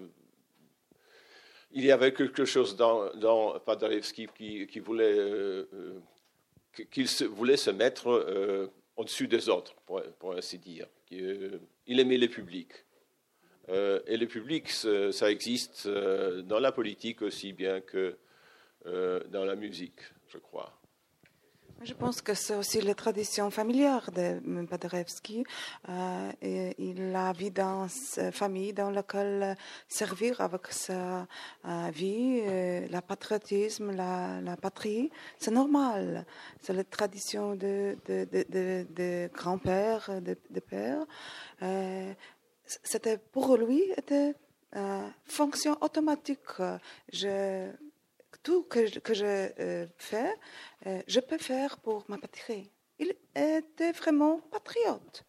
il y avait quelque chose dans, dans Paderewski qui, qui voulait... Euh, qu'il se, voulait se mettre euh, au-dessus des autres, pour, pour ainsi dire. Euh, il aimait le public. Euh, et le public, ça, ça existe euh, dans la politique aussi bien que euh, dans la musique, je crois. Je pense que c'est aussi la tradition familière de Paderewski. Euh, et il a vécu dans sa famille dans laquelle servir avec sa euh, vie, euh, le patriotisme, la, la patrie, c'est normal. C'est la tradition de, de, de, de, de grand-père, de, de père. Euh, c'était pour lui était euh, fonction automatique. Je Tout que je, que je euh, fais, euh, je peux faire pour ma patrie. Il était vraiment patriote.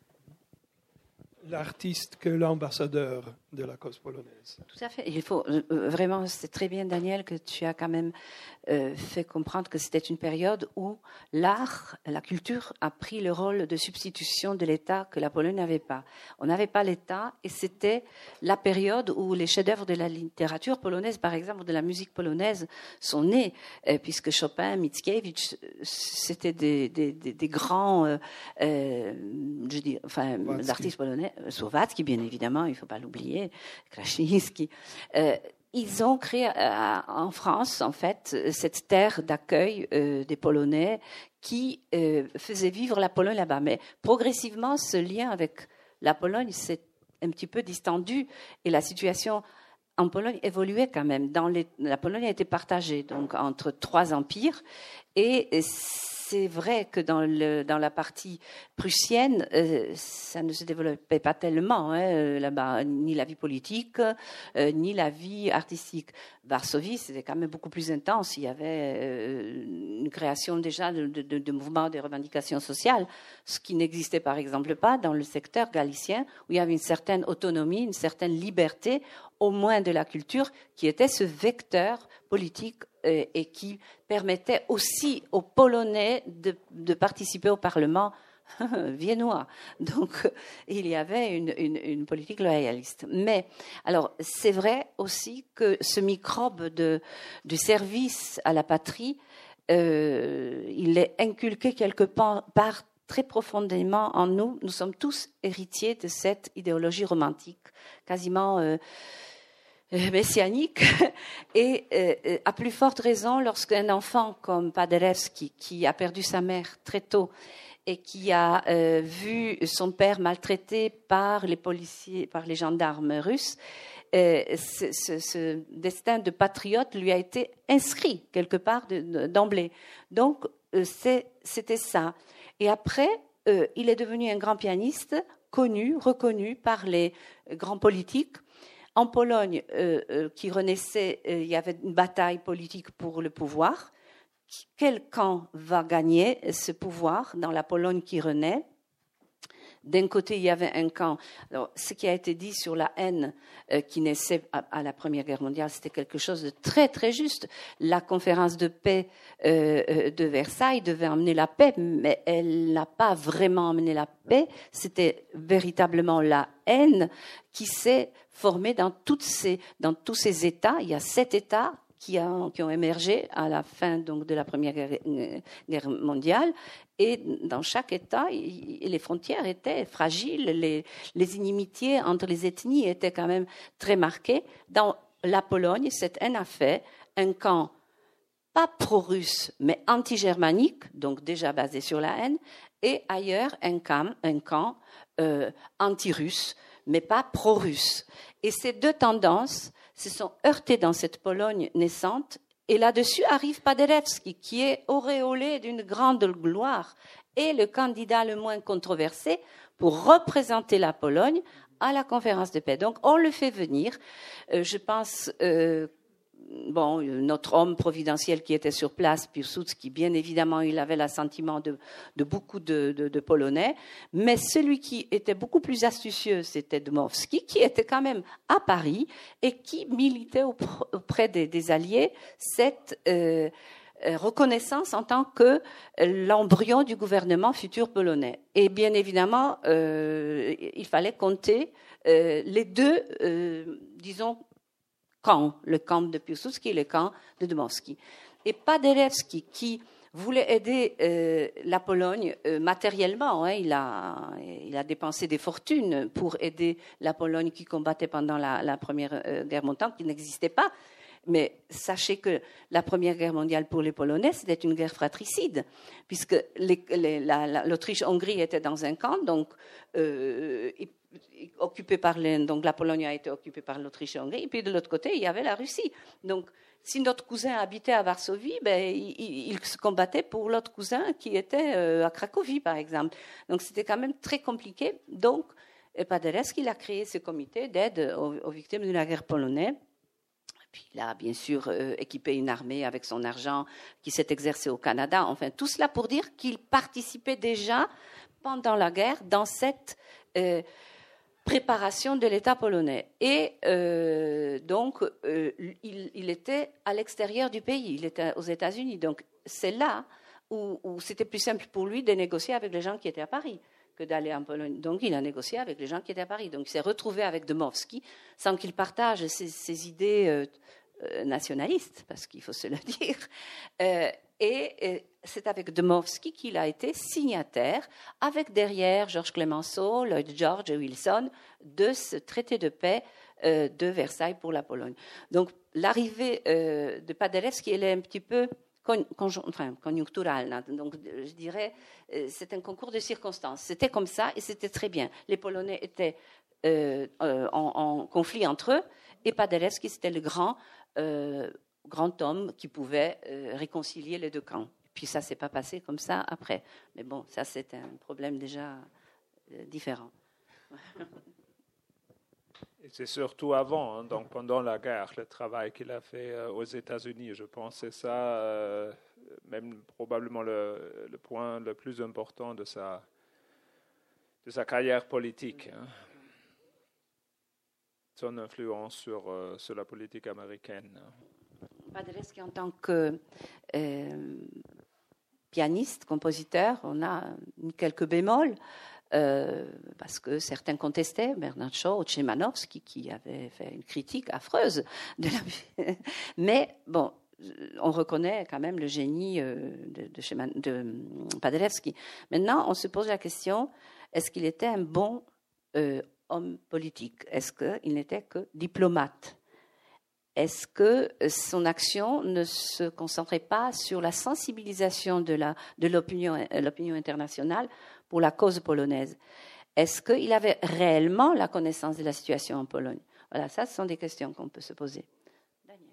L'artiste que l'ambassadeur de la cause polonaise. Tout à fait. Il faut euh, vraiment, c'est très bien, Daniel, que tu as quand même euh, fait comprendre que c'était une période où l'art, la culture a pris le rôle de substitution de l'État que la Pologne n'avait pas. On n'avait pas l'État et c'était la période où les chefs-d'œuvre de la littérature polonaise, par exemple, de la musique polonaise, sont nés, euh, puisque Chopin, Mickiewicz, c'était des, des, des, des grands, euh, euh, je dis, enfin, artistes polonais. Słowacki, bien évidemment, il ne faut pas l'oublier, Krasiński. Euh, ils ont créé euh, en France, en fait, cette terre d'accueil euh, des Polonais qui euh, faisait vivre la Pologne là-bas. Mais progressivement, ce lien avec la Pologne s'est un petit peu distendu et la situation en Pologne évoluait quand même. Dans les, la Pologne a été partagée donc, entre trois empires et, et c'est vrai que dans, le, dans la partie prussienne, euh, ça ne se développait pas tellement hein, là-bas, ni la vie politique, euh, ni la vie artistique. Varsovie, c'était quand même beaucoup plus intense. Il y avait euh, une création déjà de, de, de mouvements de revendications sociales, ce qui n'existait par exemple pas dans le secteur galicien, où il y avait une certaine autonomie, une certaine liberté, au moins de la culture, qui était ce vecteur politique euh, et qui permettait aussi aux Polonais de, de participer au Parlement viennois. Donc, il y avait une, une, une politique loyaliste. Mais, alors, c'est vrai aussi que ce microbe de, du service à la patrie, euh, il est inculqué quelque part très profondément en nous. Nous sommes tous héritiers de cette idéologie romantique, quasiment euh, messianique. Et euh, à plus forte raison, lorsqu'un enfant comme Paderewski, qui a perdu sa mère très tôt, et qui a euh, vu son père maltraité par les policiers, par les gendarmes russes, euh, ce, ce, ce destin de patriote lui a été inscrit quelque part de, de, d'emblée. Donc, euh, c'est, c'était ça. Et après, euh, il est devenu un grand pianiste, connu, reconnu par les grands politiques. En Pologne, euh, euh, qui renaissait, euh, il y avait une bataille politique pour le pouvoir. Quel camp va gagner ce pouvoir dans la Pologne qui renaît? D'un côté, il y avait un camp. Alors, ce qui a été dit sur la haine euh, qui naissait à, à la Première Guerre mondiale, c'était quelque chose de très, très juste. La conférence de paix euh, de Versailles devait amener la paix, mais elle n'a pas vraiment amené la paix. C'était véritablement la haine qui s'est formée dans, toutes ces, dans tous ces États. Il y a sept États qui, a, qui ont émergé à la fin donc, de la Première Guerre, Guerre mondiale. Et dans chaque État, il, les frontières étaient fragiles, les, les inimitiés entre les ethnies étaient quand même très marquées. Dans la Pologne, cette haine a fait un camp pas pro-russe, mais anti-germanique, donc déjà basé sur la haine, et ailleurs un camp, un camp euh, anti-russe, mais pas pro-russe. Et ces deux tendances se sont heurtées dans cette Pologne naissante. Et là-dessus arrive Paderewski, qui est auréolé d'une grande gloire et le candidat le moins controversé pour représenter la Pologne à la conférence de paix. Donc, on le fait venir. Euh, je pense, euh, bon, notre homme providentiel qui était sur place, Piłsudski, bien évidemment, il avait l'assentiment de, de beaucoup de, de, de Polonais, mais celui qui était beaucoup plus astucieux, c'était Dmowski, qui était quand même à Paris et qui militait auprès des, des Alliés cette euh, reconnaissance en tant que l'embryon du gouvernement futur polonais. Et bien évidemment, euh, il fallait compter euh, les deux, euh, disons, camp, le camp de Piłsudski et le camp de Dmowski. Et Paderewski, qui voulait aider euh, la Pologne euh, matériellement, hein, il, a, il a dépensé des fortunes pour aider la Pologne qui combattait pendant la, la Première euh, Guerre mondiale, qui n'existait pas. Mais sachez que la Première Guerre mondiale pour les Polonais, c'était une guerre fratricide, puisque les, les, la, la, l'Autriche-Hongrie était dans un camp, donc, euh, occupé par les, donc la Pologne a été occupée par l'Autriche-Hongrie, et puis de l'autre côté, il y avait la Russie. Donc, si notre cousin habitait à Varsovie, ben, il, il se combattait pour l'autre cousin qui était euh, à Cracovie, par exemple. Donc, c'était quand même très compliqué. Donc, Paderewski, il a créé ce comité d'aide aux, aux victimes de la guerre polonaise. Puis il a bien sûr euh, équipé une armée avec son argent qui s'est exercée au Canada. Enfin, tout cela pour dire qu'il participait déjà pendant la guerre dans cette euh, préparation de l'État polonais. Et euh, donc, euh, il, il était à l'extérieur du pays, il était aux États-Unis. Donc, c'est là où, où c'était plus simple pour lui de négocier avec les gens qui étaient à Paris que d'aller en Pologne. Donc, il a négocié avec les gens qui étaient à Paris. Donc, il s'est retrouvé avec Dmowski sans qu'il partage ses, ses idées euh, euh, nationalistes, parce qu'il faut se le dire. Euh, et, et c'est avec Dmowski qu'il a été signataire, avec derrière Georges Clemenceau, Lloyd George et Wilson, de ce traité de paix euh, de Versailles pour la Pologne. Donc, l'arrivée euh, de Paderewski, elle est un petit peu Con, conjon, enfin, conjonctural. Donc, je dirais, c'est un concours de circonstances. C'était comme ça et c'était très bien. Les Polonais étaient euh, euh, en, en conflit entre eux et Paderewski, c'était le grand, euh, grand homme qui pouvait euh, réconcilier les deux camps. Et puis ça ne s'est pas passé comme ça après. Mais bon, ça, c'est un problème déjà euh, différent. Et c'est surtout avant, hein, donc pendant la guerre, le travail qu'il a fait euh, aux États-Unis, je pense, c'est ça, euh, même probablement le, le point le plus important de sa, de sa carrière politique. Hein. Son influence sur, euh, sur la politique américaine. Paderewski, en tant que euh, pianiste, compositeur, on a quelques bémols. Euh, parce que certains contestaient, Bernard Shaw ou Szymanowski, qui avait fait une critique affreuse de la... Mais bon, on reconnaît quand même le génie de, de, Szyman... de Paderewski. Maintenant, on se pose la question, est-ce qu'il était un bon euh, homme politique? Est-ce qu'il n'était que diplomate? Est-ce que son action ne se concentrait pas sur la sensibilisation de, la, de l'opinion, l'opinion internationale pour la cause polonaise? Est-ce qu'il avait réellement la connaissance de la situation en Pologne? Voilà, ça, ce sont des questions qu'on peut se poser. Daniel.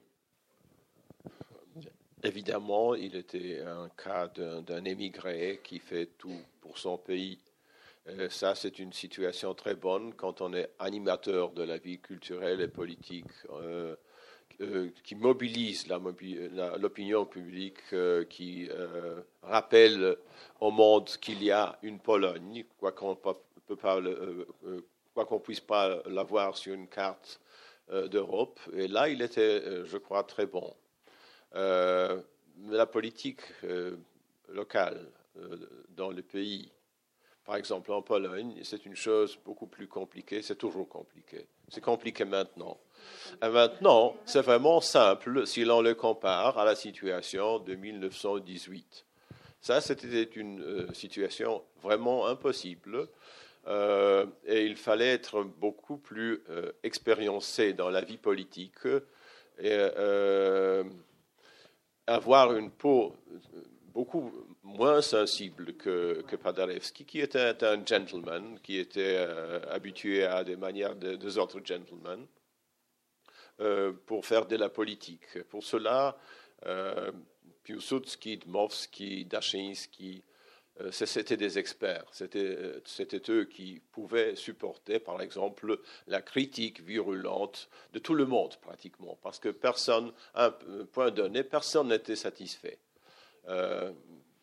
Évidemment, il était un cas d'un, d'un émigré qui fait tout pour son pays. Et ça, c'est une situation très bonne quand on est animateur de la vie culturelle et politique. Euh, Euh, qui mobilise la, la, l'opinion publique, euh, qui euh, rappelle au monde qu'il y a une Pologne, quoi qu'on peut pas, euh, euh, quoi qu'on puisse pas la voir sur une carte euh, d'Europe. Et là, il était, euh, je crois, très bon. Euh, la politique euh, locale euh, dans le pays, par exemple en Pologne, c'est une chose beaucoup plus compliquée. C'est toujours compliqué. C'est compliqué maintenant. Et maintenant, c'est vraiment simple si l'on le compare à la situation de mille neuf cent dix-huit. Ça, c'était une euh, situation vraiment impossible. Euh, et il fallait être beaucoup plus euh, expériencé dans la vie politique et euh, avoir une peau beaucoup moins sensible que, que Paderewski, qui était un gentleman, qui était euh, habitué à des manières de, des autres gentlemen, euh, pour faire de la politique. Pour cela, euh, Piłsudski, Dmowski, Daszyński, euh, c'était des experts. C'était, c'était eux qui pouvaient supporter, par exemple, la critique virulente de tout le monde, pratiquement, parce que personne, à un point donné, personne n'était satisfait. Euh,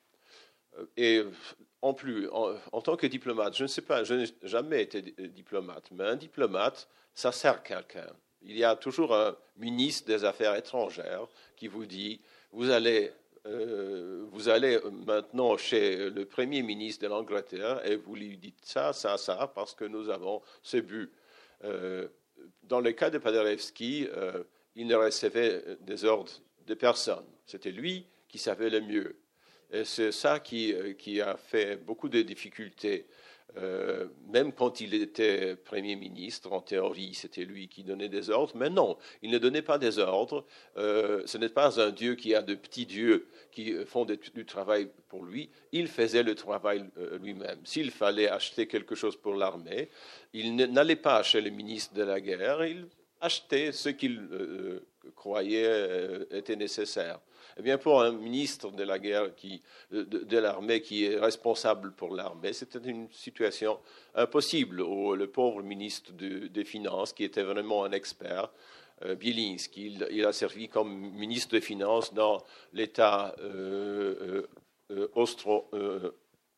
et en plus, en, en tant que diplomate, je ne sais pas, je n'ai jamais été diplomate, mais un diplomate, ça sert quelqu'un. Il y a toujours un ministre des Affaires étrangères qui vous dit, vous allez, euh, vous allez maintenant chez le Premier ministre de l'Angleterre et vous lui dites ça, ça, ça, parce que nous avons ce but. Euh, dans le cas de Paderewski, euh, il ne recevait des ordres de personne. C'était lui qui savait le mieux. Et c'est ça qui, qui a fait beaucoup de difficultés Euh, même quand il était Premier ministre, en théorie, c'était lui qui donnait des ordres, mais non, il ne donnait pas des ordres. Euh, ce n'est pas un Dieu qui a de petits dieux qui font des, du travail pour lui. Il faisait le travail euh, lui-même. S'il fallait acheter quelque chose pour l'armée, il n'allait pas chez le ministre de la guerre, il achetait ce qu'il euh, croyait euh, était nécessaire. Eh bien, pour un ministre de la guerre, qui, de, de l'armée qui est responsable pour l'armée, c'était une situation impossible. Au, le pauvre ministre de, des Finances, qui était vraiment un expert, euh, Bielinski, il, il a servi comme ministre des Finances dans l'État euh, euh, austro... Euh,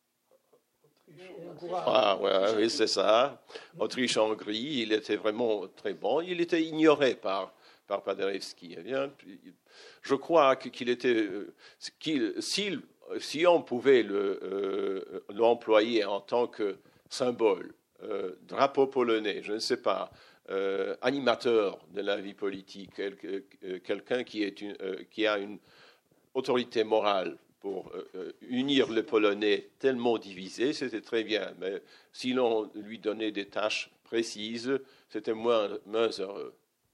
Ah, ouais, oui, c'est ça. Autriche-Hongrie, il était vraiment très bon. Il était ignoré par, par Paderewski. Eh bien, je crois qu'il était. Qu'il, s'il, si on pouvait le, euh, l'employer en tant que symbole, euh, drapeau polonais, je ne sais pas, euh, animateur de la vie politique, quel, euh, quelqu'un qui, est une, euh, qui a une autorité morale pour euh, unir le Polonais tellement divisé, c'était très bien. Mais si l'on lui donnait des tâches précises, c'était moins, moins heureux.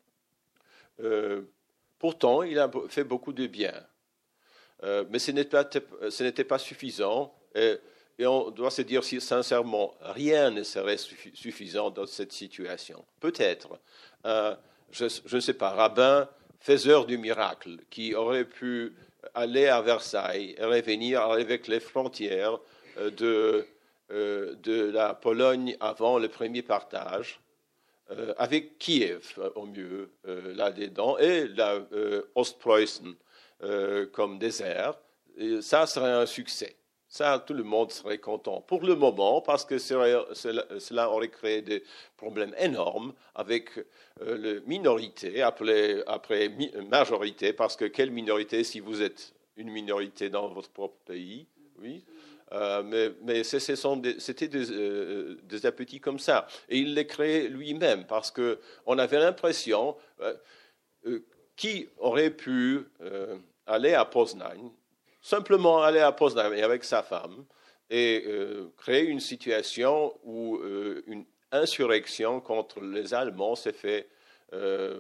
Euh, pourtant, il a fait beaucoup de bien. Euh, mais ce n'était pas, ce n'était pas suffisant. Et, et on doit se dire sincèrement, rien ne serait suffisant dans cette situation. Peut-être, euh, je, je ne sais pas, rabbin, faiseur du miracle, qui aurait pu aller à Versailles et revenir avec les frontières de, de la Pologne avant le premier partage, avec Kiev au mieux là-dedans et la Ostpreußen comme désert. Et ça serait un succès. Ça, tout le monde serait content pour le moment, parce que cela aurait créé des problèmes énormes avec euh, la minorité, appelée après majorité, parce que quelle minorité si vous êtes une minorité dans votre propre pays, oui. Euh, mais mais ce sont des, c'était des, euh, des appétits comme ça. Et il les créait lui-même, parce qu'on avait l'impression, euh, euh, qui aurait pu euh, aller à Poznań, simplement aller à Poznań avec sa femme et euh, créer une situation où euh, une insurrection contre les Allemands s'est faite euh,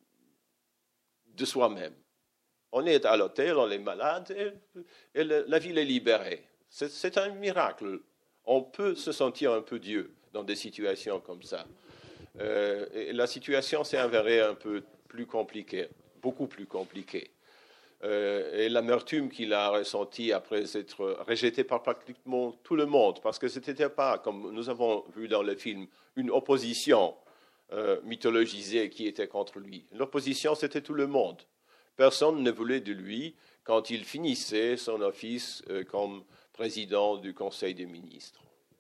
de soi-même. On est à l'hôtel, on est malade et, et le, la ville est libérée. C'est, c'est un miracle. On peut se sentir un peu Dieu dans des situations comme ça. Euh, et la situation s'est avérée un peu plus compliquée, beaucoup plus compliquée. Euh, et l'amertume qu'il a ressentie après être rejeté par pratiquement tout le monde, parce que ce n'était pas, comme nous avons vu dans le film, une opposition euh, mythologisée qui était contre lui. L'opposition, c'était tout le monde. Personne ne voulait de lui quand il finissait son office euh, comme président du Conseil des ministres.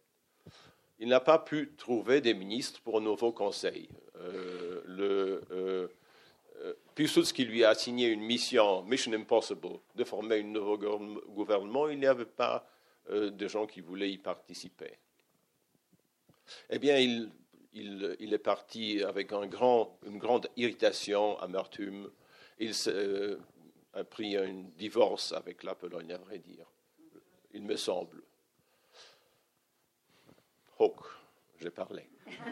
Il n'a pas pu trouver des ministres pour un nouveau conseil. Euh, le... Euh, Piłsudski lui a assigné une mission, Mission Impossible, de former un nouveau gouvernement. Il n'y avait pas euh, de gens qui voulaient y participer. Eh bien, il, il, il est parti avec un grand, une grande irritation, amertume. Il euh, a pris un divorce avec la Pologne, à vrai dire, il me semble. Hawk, j'ai parlé.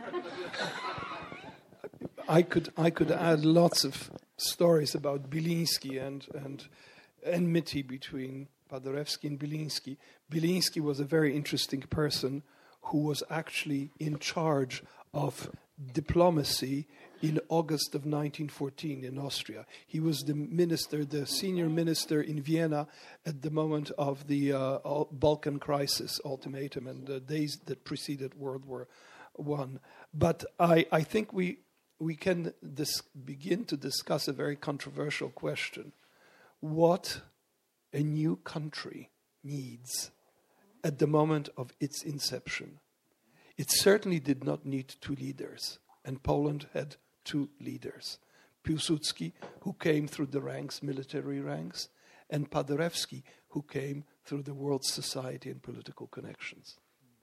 I could I could add lots of stories about Bielinski and and enmity between Paderewski and Bielinski. Bielinski was a very interesting person who was actually in charge of diplomacy in August of nineteen fourteen in Austria. He was the minister, the senior minister in Vienna at the moment of the uh, Balkan crisis ultimatum and the days that preceded World War One. But I, I think we we can dis- begin to discuss a very controversial question. What a new country needs at the moment of its inception. It certainly did not need two leaders, and Poland had two leaders. Piłsudski, who came through the ranks, military ranks, and Paderewski, who came through the world society and political connections.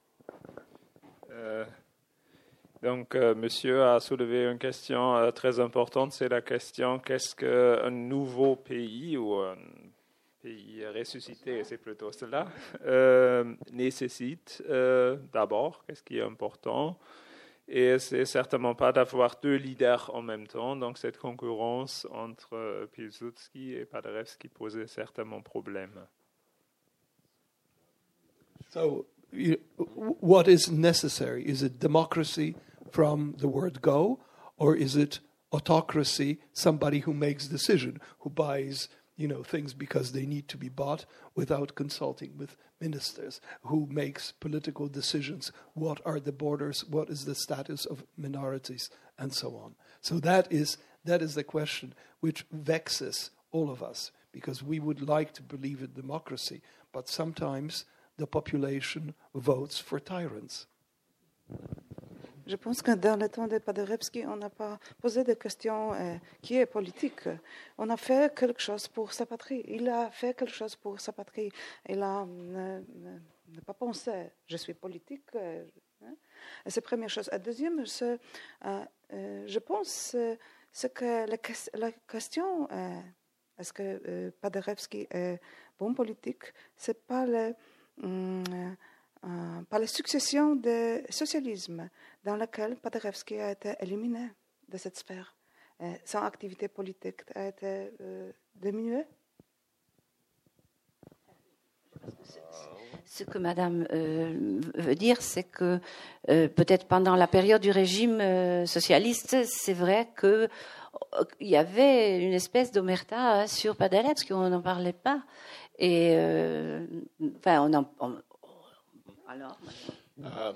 Euh, donc, euh, monsieur a soulevé une question euh, très importante, c'est la question qu'est-ce qu'un nouveau pays ou un pays ressuscité, c'est plutôt cela, euh, nécessite euh, d'abord, qu'est-ce qui est important, et c'est certainement pas d'avoir deux leaders en même temps, donc cette concurrence entre euh, Piłsudski et Paderewski posait certainement problème. So, you, what is necessary? Is it democracy from the word go, or is it autocracy, somebody who makes decision, who buys, you know, things because they need to be bought without consulting with ministers, who makes political decisions, what are the borders, what is the status of minorities, and so on. So that is that is the question which vexes all of us, because we would like to believe in democracy, but sometimes the population votes for tyrants. Je pense que dans le temps de Paderewski, on n'a pas posé de questions euh, qui est politique. On a fait quelque chose pour sa patrie. Il a fait quelque chose pour sa patrie. Il a ne, ne, ne pas pensé, je suis politique. Euh, hein? C'est la première chose. La deuxième, c'est, euh, euh, je pense euh, c'est que la, la question, euh, est-ce que euh, Paderewski est bon politique, c'est pas le... Euh, Euh, par la succession du socialisme dans laquelle Paderewski a été éliminé de cette sphère. Euh, son activité politique a été euh, diminuée. Ce que Madame euh, veut dire, c'est que euh, peut-être pendant la période du régime euh, socialiste, c'est vrai que euh, il y avait une espèce d'omerta hein, sur Paderewski, on n'en parlait pas. Et euh, enfin, on en on, alors, euh,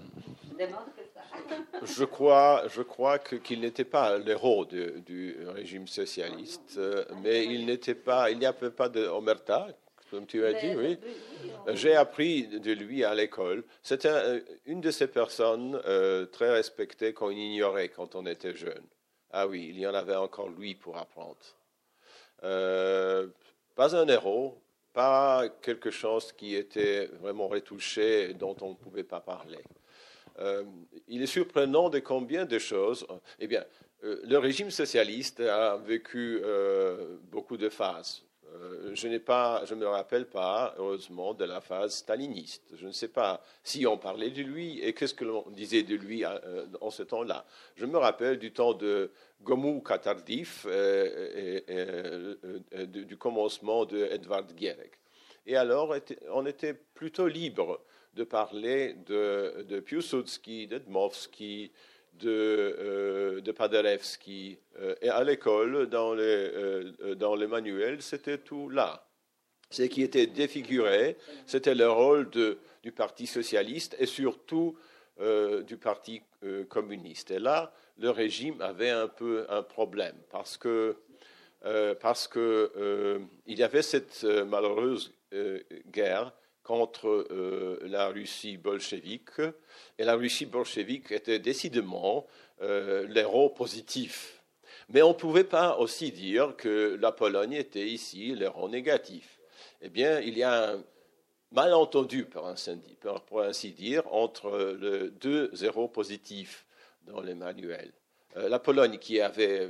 je crois, je crois que, qu'il n'était pas l'héros du, du régime socialiste, euh, mais il n'était pas, il n'y avait pas d'omerta, comme tu as dit, oui. J'ai appris de lui à l'école. C'était un, une de ces personnes euh, très respectées qu'on ignorait quand on était jeune. Ah oui, il y en avait encore lui pour apprendre. Euh, pas un héros. Pas quelque chose qui était vraiment retouché et dont on ne pouvait pas parler. Euh, il est surprenant de combien de choses. Eh bien, euh, le régime socialiste a vécu euh, beaucoup de phases. Euh, je n'ai pas, je me rappelle pas, heureusement, de la phase staliniste. Je ne sais pas si on parlait de lui et qu'est-ce que l'on disait de lui euh, en ce temps-là. Je me rappelle du temps de Gomułka tardif euh, et, et, et, du commencement de Edvard Gierek. Et alors, on était plutôt libre de parler de, de Piłsudski, de Dmowski, de, euh, de Paderewski. Et à l'école, dans les, euh, dans les manuels, c'était tout là. Ce qui était défiguré, c'était le rôle de, du Parti socialiste et surtout euh, du Parti euh, communiste. Et là, le régime avait un peu un problème parce que euh, parce que euh, il y avait cette euh, malheureuse euh, guerre contre euh, la Russie bolchevique, et la Russie bolchevique était décidément euh, l'héros positif. Mais on ne pouvait pas aussi dire que la Pologne était ici l'héros négatif. Eh bien, il y a un malentendu, pour ainsi, pour ainsi dire, entre les deux héros positifs dans les manuels. Euh, la Pologne qui avait,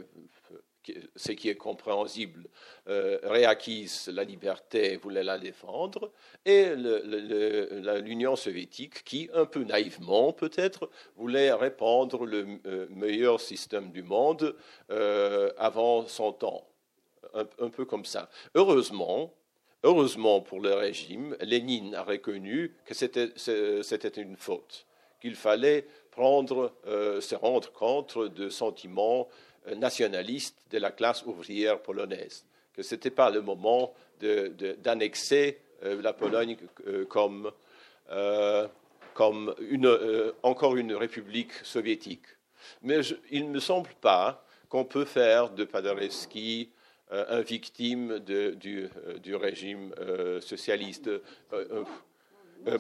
ce qui est compréhensible, euh, réacquise la liberté, voulait la défendre, et le, le, l'Union soviétique qui, un peu naïvement peut-être, voulait répandre le euh, meilleur système du monde euh, avant son temps, un, un peu comme ça. Heureusement, heureusement pour le régime, Lénine a reconnu que c'était, c'était une faute, qu'il fallait prendre, euh, se rendre compte de sentiments nationalistes de la classe ouvrière polonaise, que ce n'était pas le moment de, de, d'annexer euh, la Pologne euh, comme, euh, comme une, euh, encore une république soviétique. Mais je, il ne me semble pas qu'on peut faire de Paderewski euh, un victime de, du, euh, du régime euh, socialiste. Euh, euh, euh,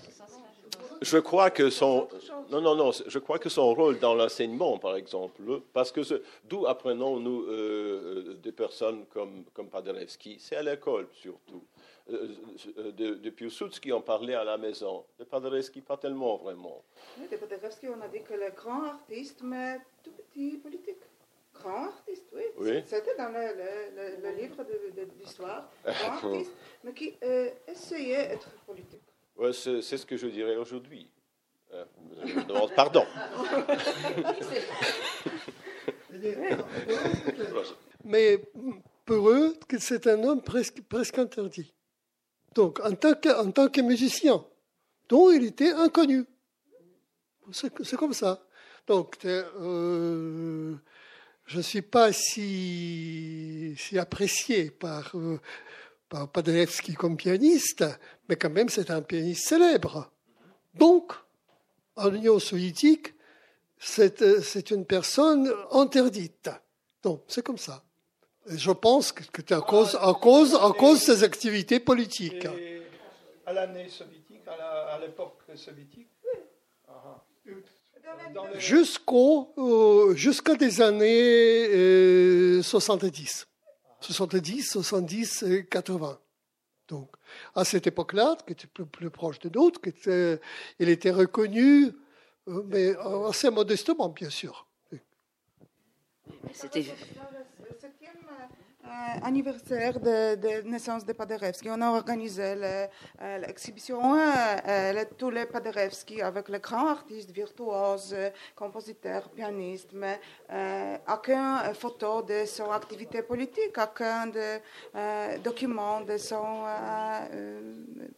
Je crois que son non non non je crois que son rôle dans l'enseignement, par exemple, parce que ce, d'où apprenons-nous euh, des personnes comme comme Paderewski, c'est à l'école surtout. Euh, de, de Piłsudski on parlait à la maison, de Paderewski pas tellement vraiment. Oui, de Paderewski on a dit que le grand artiste mais tout petit politique. grand artiste, oui. Oui. C'était dans le, le, le, le livre de, de, d'histoire. Grand artiste, mais qui euh, essayait d'être politique. Ouais, c'est, c'est ce que je dirais aujourd'hui. Euh, je demande pardon. Mais pour eux, c'est un homme presque, presque interdit. Donc, en tant que, en tant que musicien, dont il était inconnu. C'est, c'est comme ça. Donc, euh, je ne suis pas si, si apprécié par, euh, par Paderewski comme pianiste, mais quand même, c'est un pianiste célèbre. Donc, en Union soviétique, c'est, c'est une personne interdite. Donc, c'est comme ça. Et je pense que c'est à cause, à cause, à cause de ses activités politiques. Et à l'année soviétique, à, la, à l'époque soviétique, le... Jusqu'au, euh, jusqu'à des années euh, soixante-dix. soixante-dix, soixante-dix, quatre-vingts. Donc, à cette époque-là, qui était plus, plus proche de d'autres, qui était, il était reconnu, euh, mais assez modestement, bien sûr. C'était... Euh, anniversaire de, de naissance de Paderewski. On a organisé le, euh, l'exhibition euh, euh, tous les Paderewski avec les grands artistes, virtuoses, compositeurs, pianistes, mais euh, aucune photo de son activité politique, aucun de, euh, document de son... Euh, euh,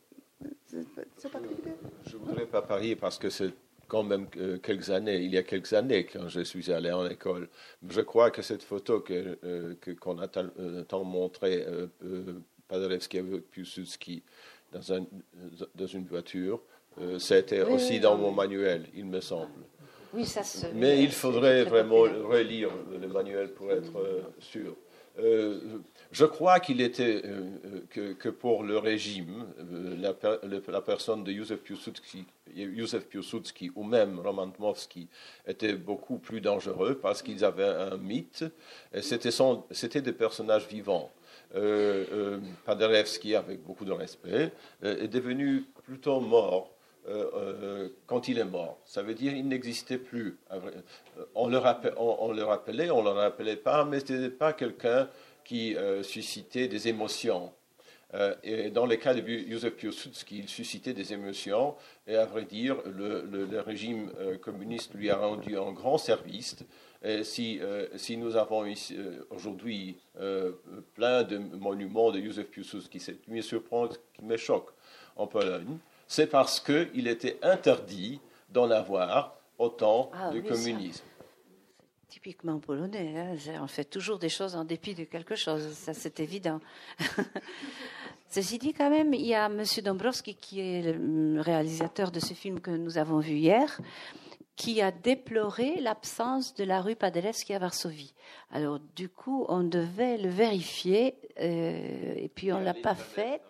cette activité. Je ne voudrais pas parier parce que c'est quand même quelques années, il y a quelques années quand je suis allé en école. Je crois que cette photo que, euh, que, qu'on a tant montrée, euh, euh, Paderewski avec Piłsudski dans, un, dans une voiture, euh, c'était oui, aussi oui, dans oui. mon manuel, il me semble. Oui, ça se... Mais il faudrait vraiment relire le manuel pour être euh, sûr. Euh, je crois qu'il était euh, que, que pour le régime, euh, la, la, la personne de Józef Piłsudski, Józef Piłsudski ou même Roman Dmowski était beaucoup plus dangereux parce qu'ils avaient un mythe et c'était, son, c'était des personnages vivants. Euh, euh, Paderewski, avec beaucoup de respect, euh, est devenu plutôt mort. Euh, euh, quand il est mort, ça veut dire qu'il n'existait plus. On le, rappel, on, on le rappelait, on ne le rappelait pas, mais ce n'était pas quelqu'un qui euh, suscitait des émotions. Euh, et dans le cas de Józef Piłsudski, il suscitait des émotions, et à vrai dire, le, le, le régime euh, communiste lui a rendu un grand service. Et si, euh, si nous avons ici, euh, aujourd'hui euh, plein de monuments de Józef Piłsudski, c'est qui me surprend, qui me choque en Pologne, c'est parce qu'il était interdit d'en avoir autant ah, de oui, communisme. C'est typiquement polonais, hein. On fait toujours des choses en dépit de quelque chose, ça c'est évident. Ceci dit, quand même, il y a M. Dąbrowski, qui est le réalisateur de ce film que nous avons vu hier, qui a déploré l'absence de la rue Paderewski à Varsovie. Alors, du coup, on devait le vérifier, euh, et puis on ne l'a pas fait.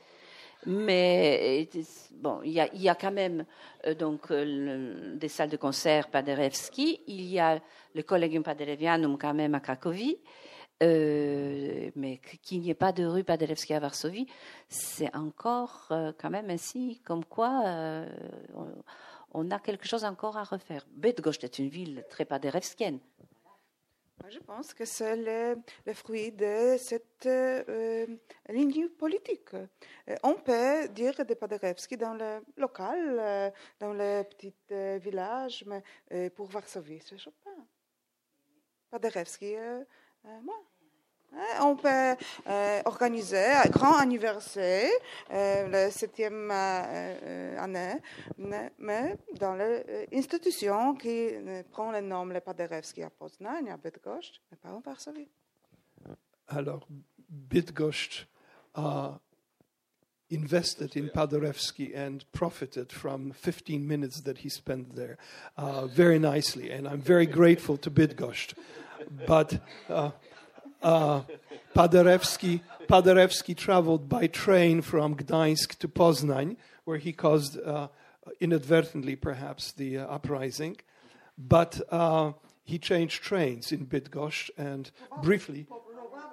Mais bon, il y a, il y a quand même euh, donc euh, le, des salles de concert Paderewski. Il y a le Collegium Paderevianum quand même à Cracovie, euh, mais qu'il n'y ait pas de rue Paderewski à Varsovie, c'est encore euh, quand même ainsi, comme quoi euh, on, on a quelque chose encore à refaire. Bydgoszcz est une ville très paderewskienne. Je pense que c'est le, le fruit de cette euh, ligne politique. Euh, on peut dire de Paderewski dans le local, euh, dans le petit euh, village, mais euh, pour Varsovie, c'est Chopin. Paderewski, euh, euh, moi. Hein, on peut euh, organiser un grand anniversaire, euh, la septième euh, année, mais, mais dans l'institution qui prend le nom de Paderewski à Poznań, à Bydgoszcz, mais pas en Varsovie. Alors, Bydgoszcz uh, invested in Paderewski and profited from fifteen minutes that he spent there uh, very nicely, and I'm very grateful to Bydgoszcz. But uh, Uh, Paderewski, Paderewski traveled by train from Gdańsk to Poznań, where he caused, uh, inadvertently perhaps, the uh, uprising. But uh, he changed trains in Bydgoszcz, and briefly,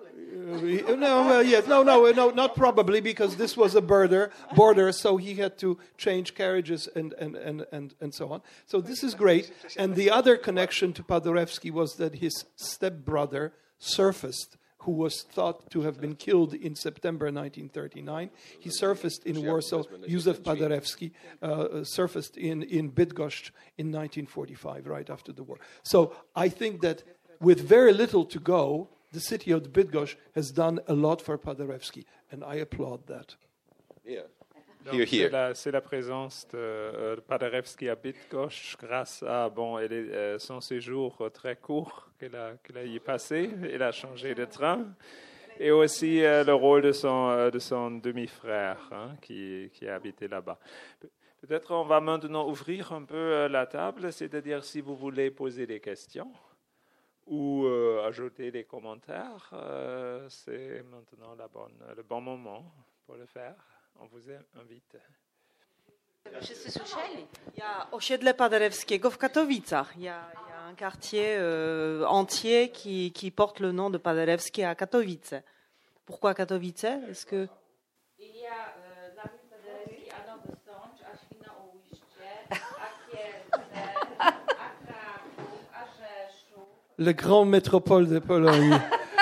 Uh, no, well, yes, no, no, no, not probably, because this was a border, border, so he had to change carriages and, and, and, and, and so on. So this is great. And the other connection to Paderewski was that his stepbrother surfaced, who was thought to have been killed in September nineteen thirty-nine. He surfaced in Warsaw. Józef Paderewski uh, surfaced in, in Bydgoszcz in nineteen forty-five, right after the war. So I think that with very little to go, the city of Bydgoszcz has done a lot for Paderewski, and I applaud that. Yeah. Donc, Here, here. C'est, la, c'est la présence de euh, Paderewski à Bydgoszcz grâce à bon, elle est, euh, son séjour euh, très court qu'elle a, qu'elle a y passé. Elle a changé de train. Et aussi euh, le rôle de son, euh, de son demi-frère hein, qui, qui a habité là-bas. Pe- Peut-être on va maintenant ouvrir un peu euh, la table, c'est-à-dire si vous voulez poser des questions ou euh, ajouter des commentaires, euh, c'est maintenant la bonne, le bon moment pour le faire. On vous invite. Wszyscy słyszeli? Ja osiedle Paderewskiego w Katowicach. Il y a, il y a un quartier euh, entier qui, qui porte le nom de Paderewski à Katowice. Pourquoi Katowice? Est-ce que... Il y a euh, la rue Paderewski à Nowy Sącz, à Świnoujście, à Kielce, à Kraków, à Rzeszów. Le grand métropole de Pologne.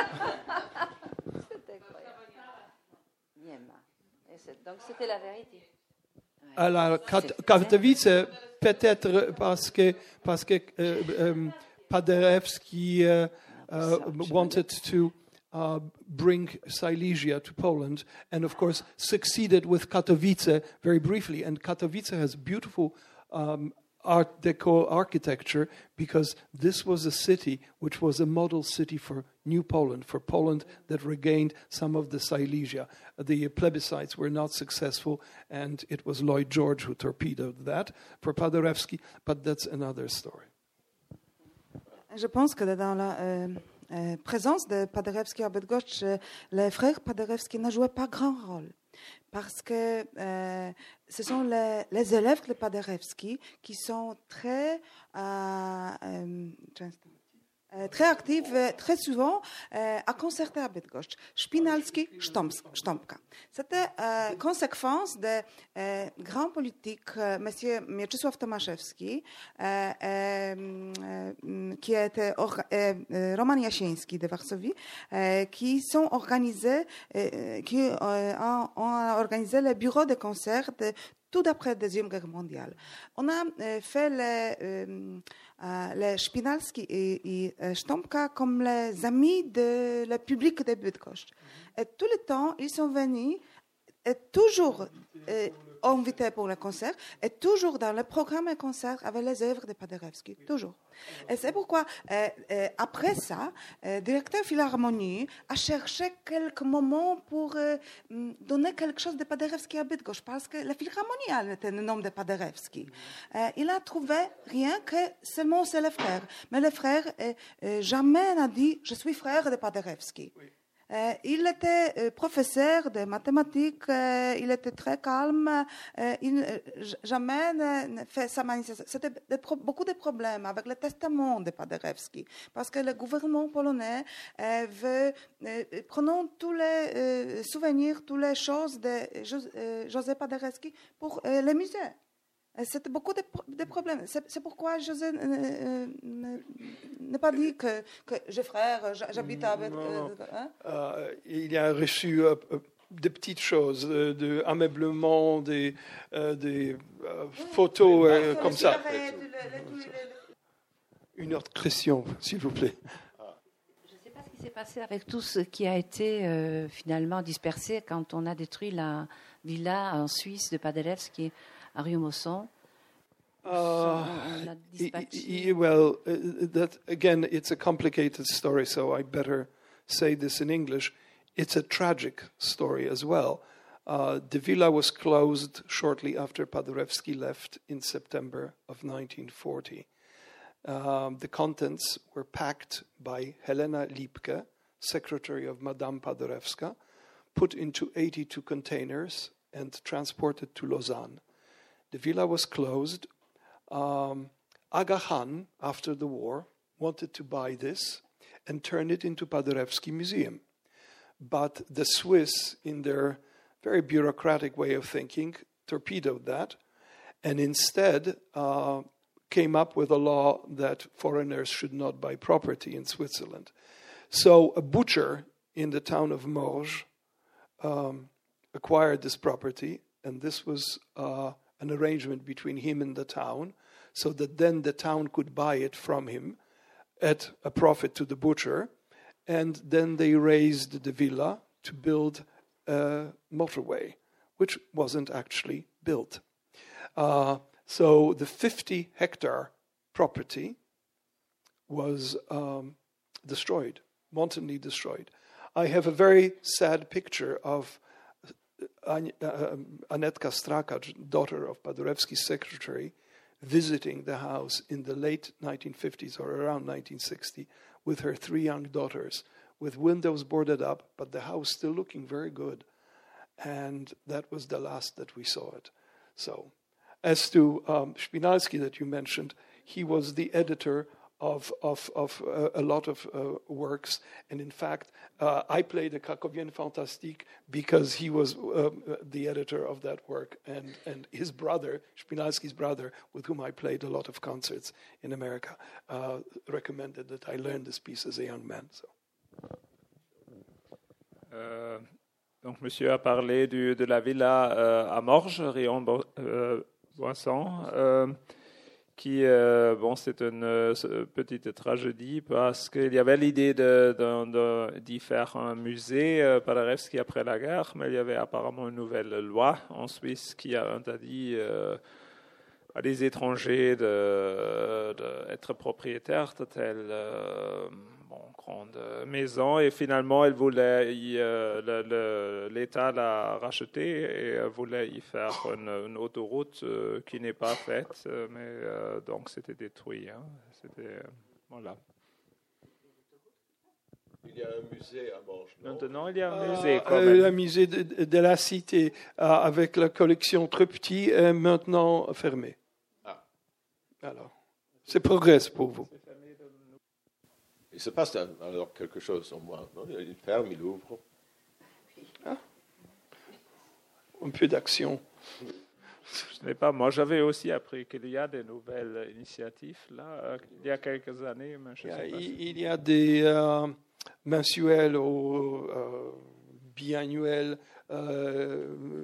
Nie ma. Donc c'était la vérité. Alors, Kat- Katowice, peut-être parce que, parce que euh, um, Paderewski uh, uh, wanted to uh, bring Silesia to Poland, and of course succeeded with Katowice very briefly. And Katowice has beautiful um, Art Deco architecture, because this was a city which was a model city for New Poland, for Poland that regained some of the Silesia. The plebiscites were not successful, and it was Lloyd George who torpedoed that for Paderewski, but that's another story. Je pense que dans la euh, euh, présence de Paderewski à Bydgoszcz, euh, les frères Paderewski ne jouaient pas grand rôle. Parce que euh, ce sont les, les élèves de Paderewski qui sont très, euh, euh, très actifs, très souvent euh, à concerter à Bydgoszcz. Szpinalski, Sztompka. C'était euh, conséquence de euh, grands politiques, euh, M. Mieczysław Tomaszewski, euh, euh, qui était or, euh, Roman Jasiński de Varsovie, euh, qui sont organisés, euh, qui euh, ont, ont organisé le bureau de concert de, tout après la Deuxième Guerre mondiale. On a euh, fait les, euh, euh, les Szpinalski et, et euh, Sztompka comme les amis de le public de Bydgoszcz. Et tout le temps, ils sont venus et toujours euh, invités pour le concert et toujours dans le programme de concert avec les œuvres de Paderewski, toujours. Et c'est pourquoi, euh, euh, après ça, le euh, directeur Philharmonie a cherché quelques moments pour euh, donner quelque chose de Paderewski à Bydgoszcz, parce que la Philharmonie était le nom de Paderewski. Euh, il a trouvé rien que seulement c'est le frère. Mais le frère euh, euh, jamais n'a dit « je suis frère de Paderewski ». Oui. Euh, il était euh, professeur de mathématiques, euh, il était très calme, euh, il euh, jamais ne, ne fait sa manifestation. C'était de pro- beaucoup de problèmes avec le testament de Paderewski, parce que le gouvernement polonais euh, veut, euh, prenons tous les euh, souvenirs, toutes les choses de Jos- euh, Joseph Paderewski pour euh, les musées. C'était beaucoup de, de problèmes. C'est, c'est pourquoi José euh, euh, n'a pas dit que, que j'ai frère, j'habite avec... Euh, hein? euh, il a reçu euh, des petites choses, euh, de ameublement, des, euh, des euh, photos euh, comme ça. Une autre question, s'il vous plaît. Je ne sais pas ce qui s'est passé avec tout ce qui a été euh, finalement dispersé quand on a détruit la villa en Suisse de Paderewski à Riomosson. Uh, well, uh, that again, it's a complicated story, so I better say this in English. It's a tragic story as well. Uh, the villa was closed shortly after Paderewski left in September of nineteen forty. Um, the contents were packed by Helena Lipke, secretary of Madame Paderewska, put into eighty-two containers and transported to Lausanne. The villa was closed. Um, Aga Khan, after the war, wanted to buy this and turn it into Paderewski Museum. but the Swiss, in their very bureaucratic way of thinking, torpedoed that, and instead uh, came up with a law that foreigners should not buy property in Switzerland. So a butcher in the town of Morges um, acquired this property, and this was uh, an arrangement between him and the town, so that then the town could buy it from him at a profit to the butcher, and then they raised the villa to build a motorway, which wasn't actually built. Uh, so the fifty hectare property was um, destroyed, wantonly destroyed. I have a very sad picture of An- uh, Anetka Strakac, daughter of Paderewski's secretary, visiting the house in the late nineteen fifties or around nineteen sixty with her three young daughters, with windows boarded up, but the house still looking very good. And that was the last that we saw it. So, as to um, Spinalski that you mentioned, he was the editor of of, of uh, a lot of uh, works, and in fact, uh, I played a Krakowienne Fantastique because he was uh, the editor of that work, and, and his brother, Spinalski's brother, with whom I played a lot of concerts in America, uh, recommended that I learn this piece as a young man. So. Euh, donc, monsieur a parlé du, de la villa euh, à Morges, Rion euh, Boisson. Euh, qui, euh, bon, c'est une euh, petite tragédie parce qu'il y avait l'idée de, de, de, d'y faire un musée, euh, Paderewski après la guerre, mais il y avait apparemment une nouvelle loi en Suisse qui a interdit euh, à des étrangers d'être de, propriétaires de telles euh, bon, grandes maisons, et finalement, elle voulait y, euh, le, le, l'État l'a racheté et voulait y faire une, une autoroute euh, qui n'est pas faite, mais euh, donc c'était détruit. Hein. C'était, euh, voilà. Il y a un musée à Morges. Maintenant, il y a un musée. Quand même. Euh, le musée de, de la Cité, euh, avec la collection très petite, est maintenant fermé. Ah. Alors, c'est progrès pour vous. Il se passe alors quelque chose au moins. Non, il ferme, il ouvre. Ah. Un peu d'action. Je ne sais pas, moi j'avais aussi appris qu'il y a des nouvelles initiatives là, il y a quelques années. Mais je il, y a, sais pas si... il y a des euh, mensuels ou euh, biannuels euh,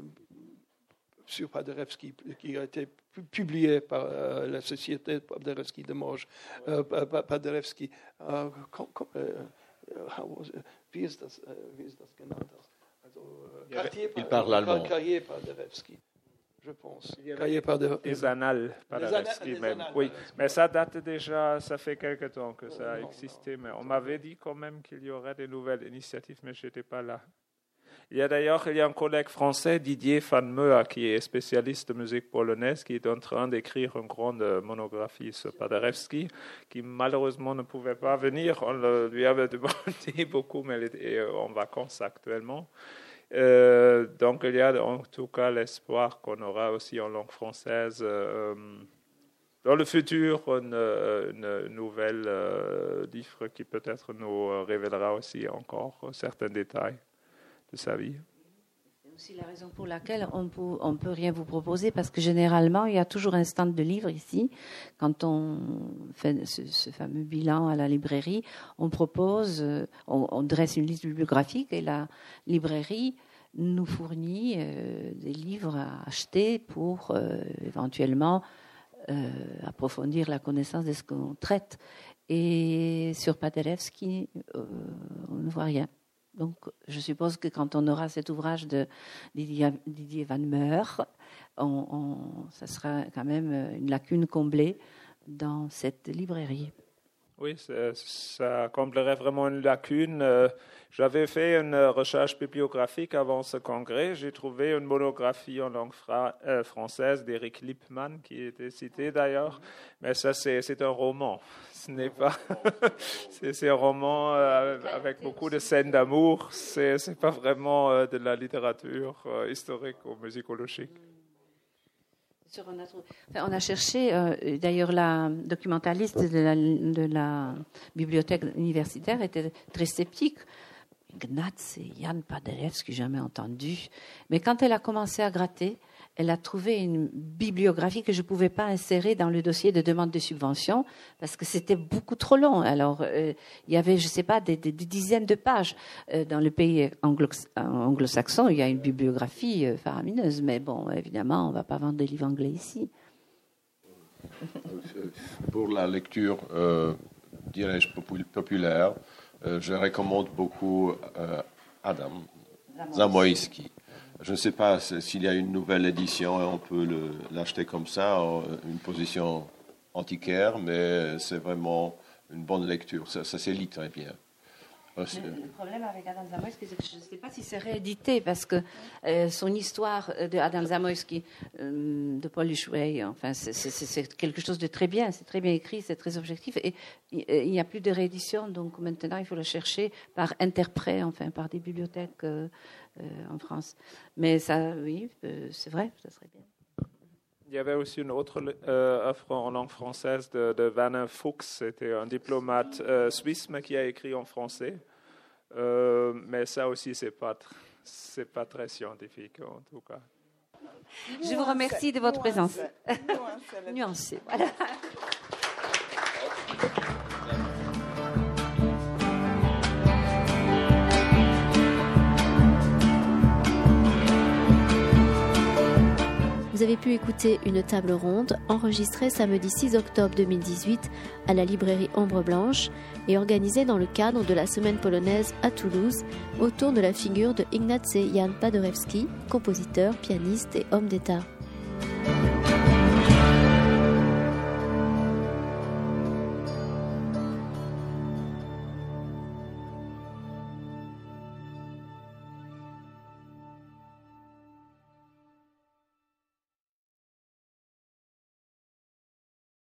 sur Paderewski qui a été publié par euh, la société Paderewski de Morges. Euh, Paderewski, uh, com, com, uh, how, wie ist das, uh, wie ist das genannt? Also, uh, Quartier, il parle allemand. Cahier Paderewski, je pense. Cahier Paderewski. Des annales Paderewski même. Annales, oui, mais ça date déjà, ça fait quelque temps que ça a existé. Mais on m'avait dit quand même qu'il y aurait des nouvelles initiatives, mais je n'étais pas là. Il y a d'ailleurs il y a un collègue français, Didier Van Meur, qui est spécialiste de musique polonaise, qui est en train d'écrire une grande monographie sur Paderewski, qui malheureusement ne pouvait pas venir. On le, lui avait demandé beaucoup, mais elle est en vacances actuellement. Euh, donc il y a en tout cas l'espoir qu'on aura aussi en langue française euh, dans le futur une, une nouvelle euh, livre qui peut-être nous révélera aussi encore certains détails de sa vie. C'est aussi la raison pour laquelle on peut, on peut rien vous proposer, parce que généralement, il y a toujours un stand de livres ici. Quand on fait ce, ce fameux bilan à la librairie, on propose, on, on dresse une liste bibliographique et la librairie nous fournit euh, des livres à acheter pour euh, éventuellement euh, approfondir la connaissance de ce qu'on traite. Et sur Paderewski, euh, on ne voit rien. Donc, je suppose que quand on aura cet ouvrage de Didier, Didier Van Meur, on, on, ça sera quand même une lacune comblée dans cette librairie. Oui, ça comblerait vraiment une lacune. J'avais fait une recherche bibliographique avant ce congrès. J'ai trouvé une monographie en langue fra- euh, française d'Éric Lippmann, qui était cité d'ailleurs. Mais ça, c'est, c'est un roman. Ce n'est pas. c'est, c'est un roman euh, avec beaucoup de scènes d'amour. C'est, c'est pas vraiment euh, de la littérature euh, historique ou musicologique. On a, trouvé, enfin, on a cherché, euh, d'ailleurs la documentaliste de la, de la bibliothèque universitaire était très sceptique. Ignacy Jan Paderewski, jamais entendu. Mais quand elle a commencé à gratter, elle a trouvé une bibliographie que je ne pouvais pas insérer dans le dossier de demande de subvention parce que c'était beaucoup trop long. Alors, euh, il y avait, je ne sais pas, des, des, des dizaines de pages. Euh, dans le pays anglo- anglo-saxon, il y a une bibliographie euh, faramineuse. Mais bon, évidemment, on ne va pas vendre des livres anglais ici. Pour la lecture, euh, dirais-je, populaire, euh, je recommande beaucoup euh, Adam Zamoyski. Je ne sais pas s'il y a une nouvelle édition et on peut le, l'acheter comme ça, une position antiquaire, mais c'est vraiment une bonne lecture. Ça, ça se lit très bien. Le, le problème avec Adam Zamoyski, c'est que je ne sais pas si c'est réédité, parce que euh, son histoire de Adam Zamoyski, euh, de Paul Hushway, enfin, c'est, c'est, c'est quelque chose de très bien, c'est très bien écrit, c'est très objectif, et il n'y a plus de réédition, donc maintenant il faut le chercher par interprète, enfin, par des bibliothèques euh, euh, en France. Mais ça, oui, euh, c'est vrai, ça serait bien. Il y avait aussi une autre euh, œuvre en langue française de, de Werner Fuchs. C'était un diplomate euh, suisse, mais qui a écrit en français. Euh, mais ça aussi, c'est pas, tr- c'est pas très scientifique, en tout cas. Je vous remercie de votre présence. Nuancée, voilà. Vous avez pu écouter une table ronde enregistrée samedi six octobre deux mille dix-huit à la librairie Ombre Blanche et organisée dans le cadre de la Semaine polonaise à Toulouse autour de la figure de Ignacy Jan Paderewski, compositeur, pianiste et homme d'État.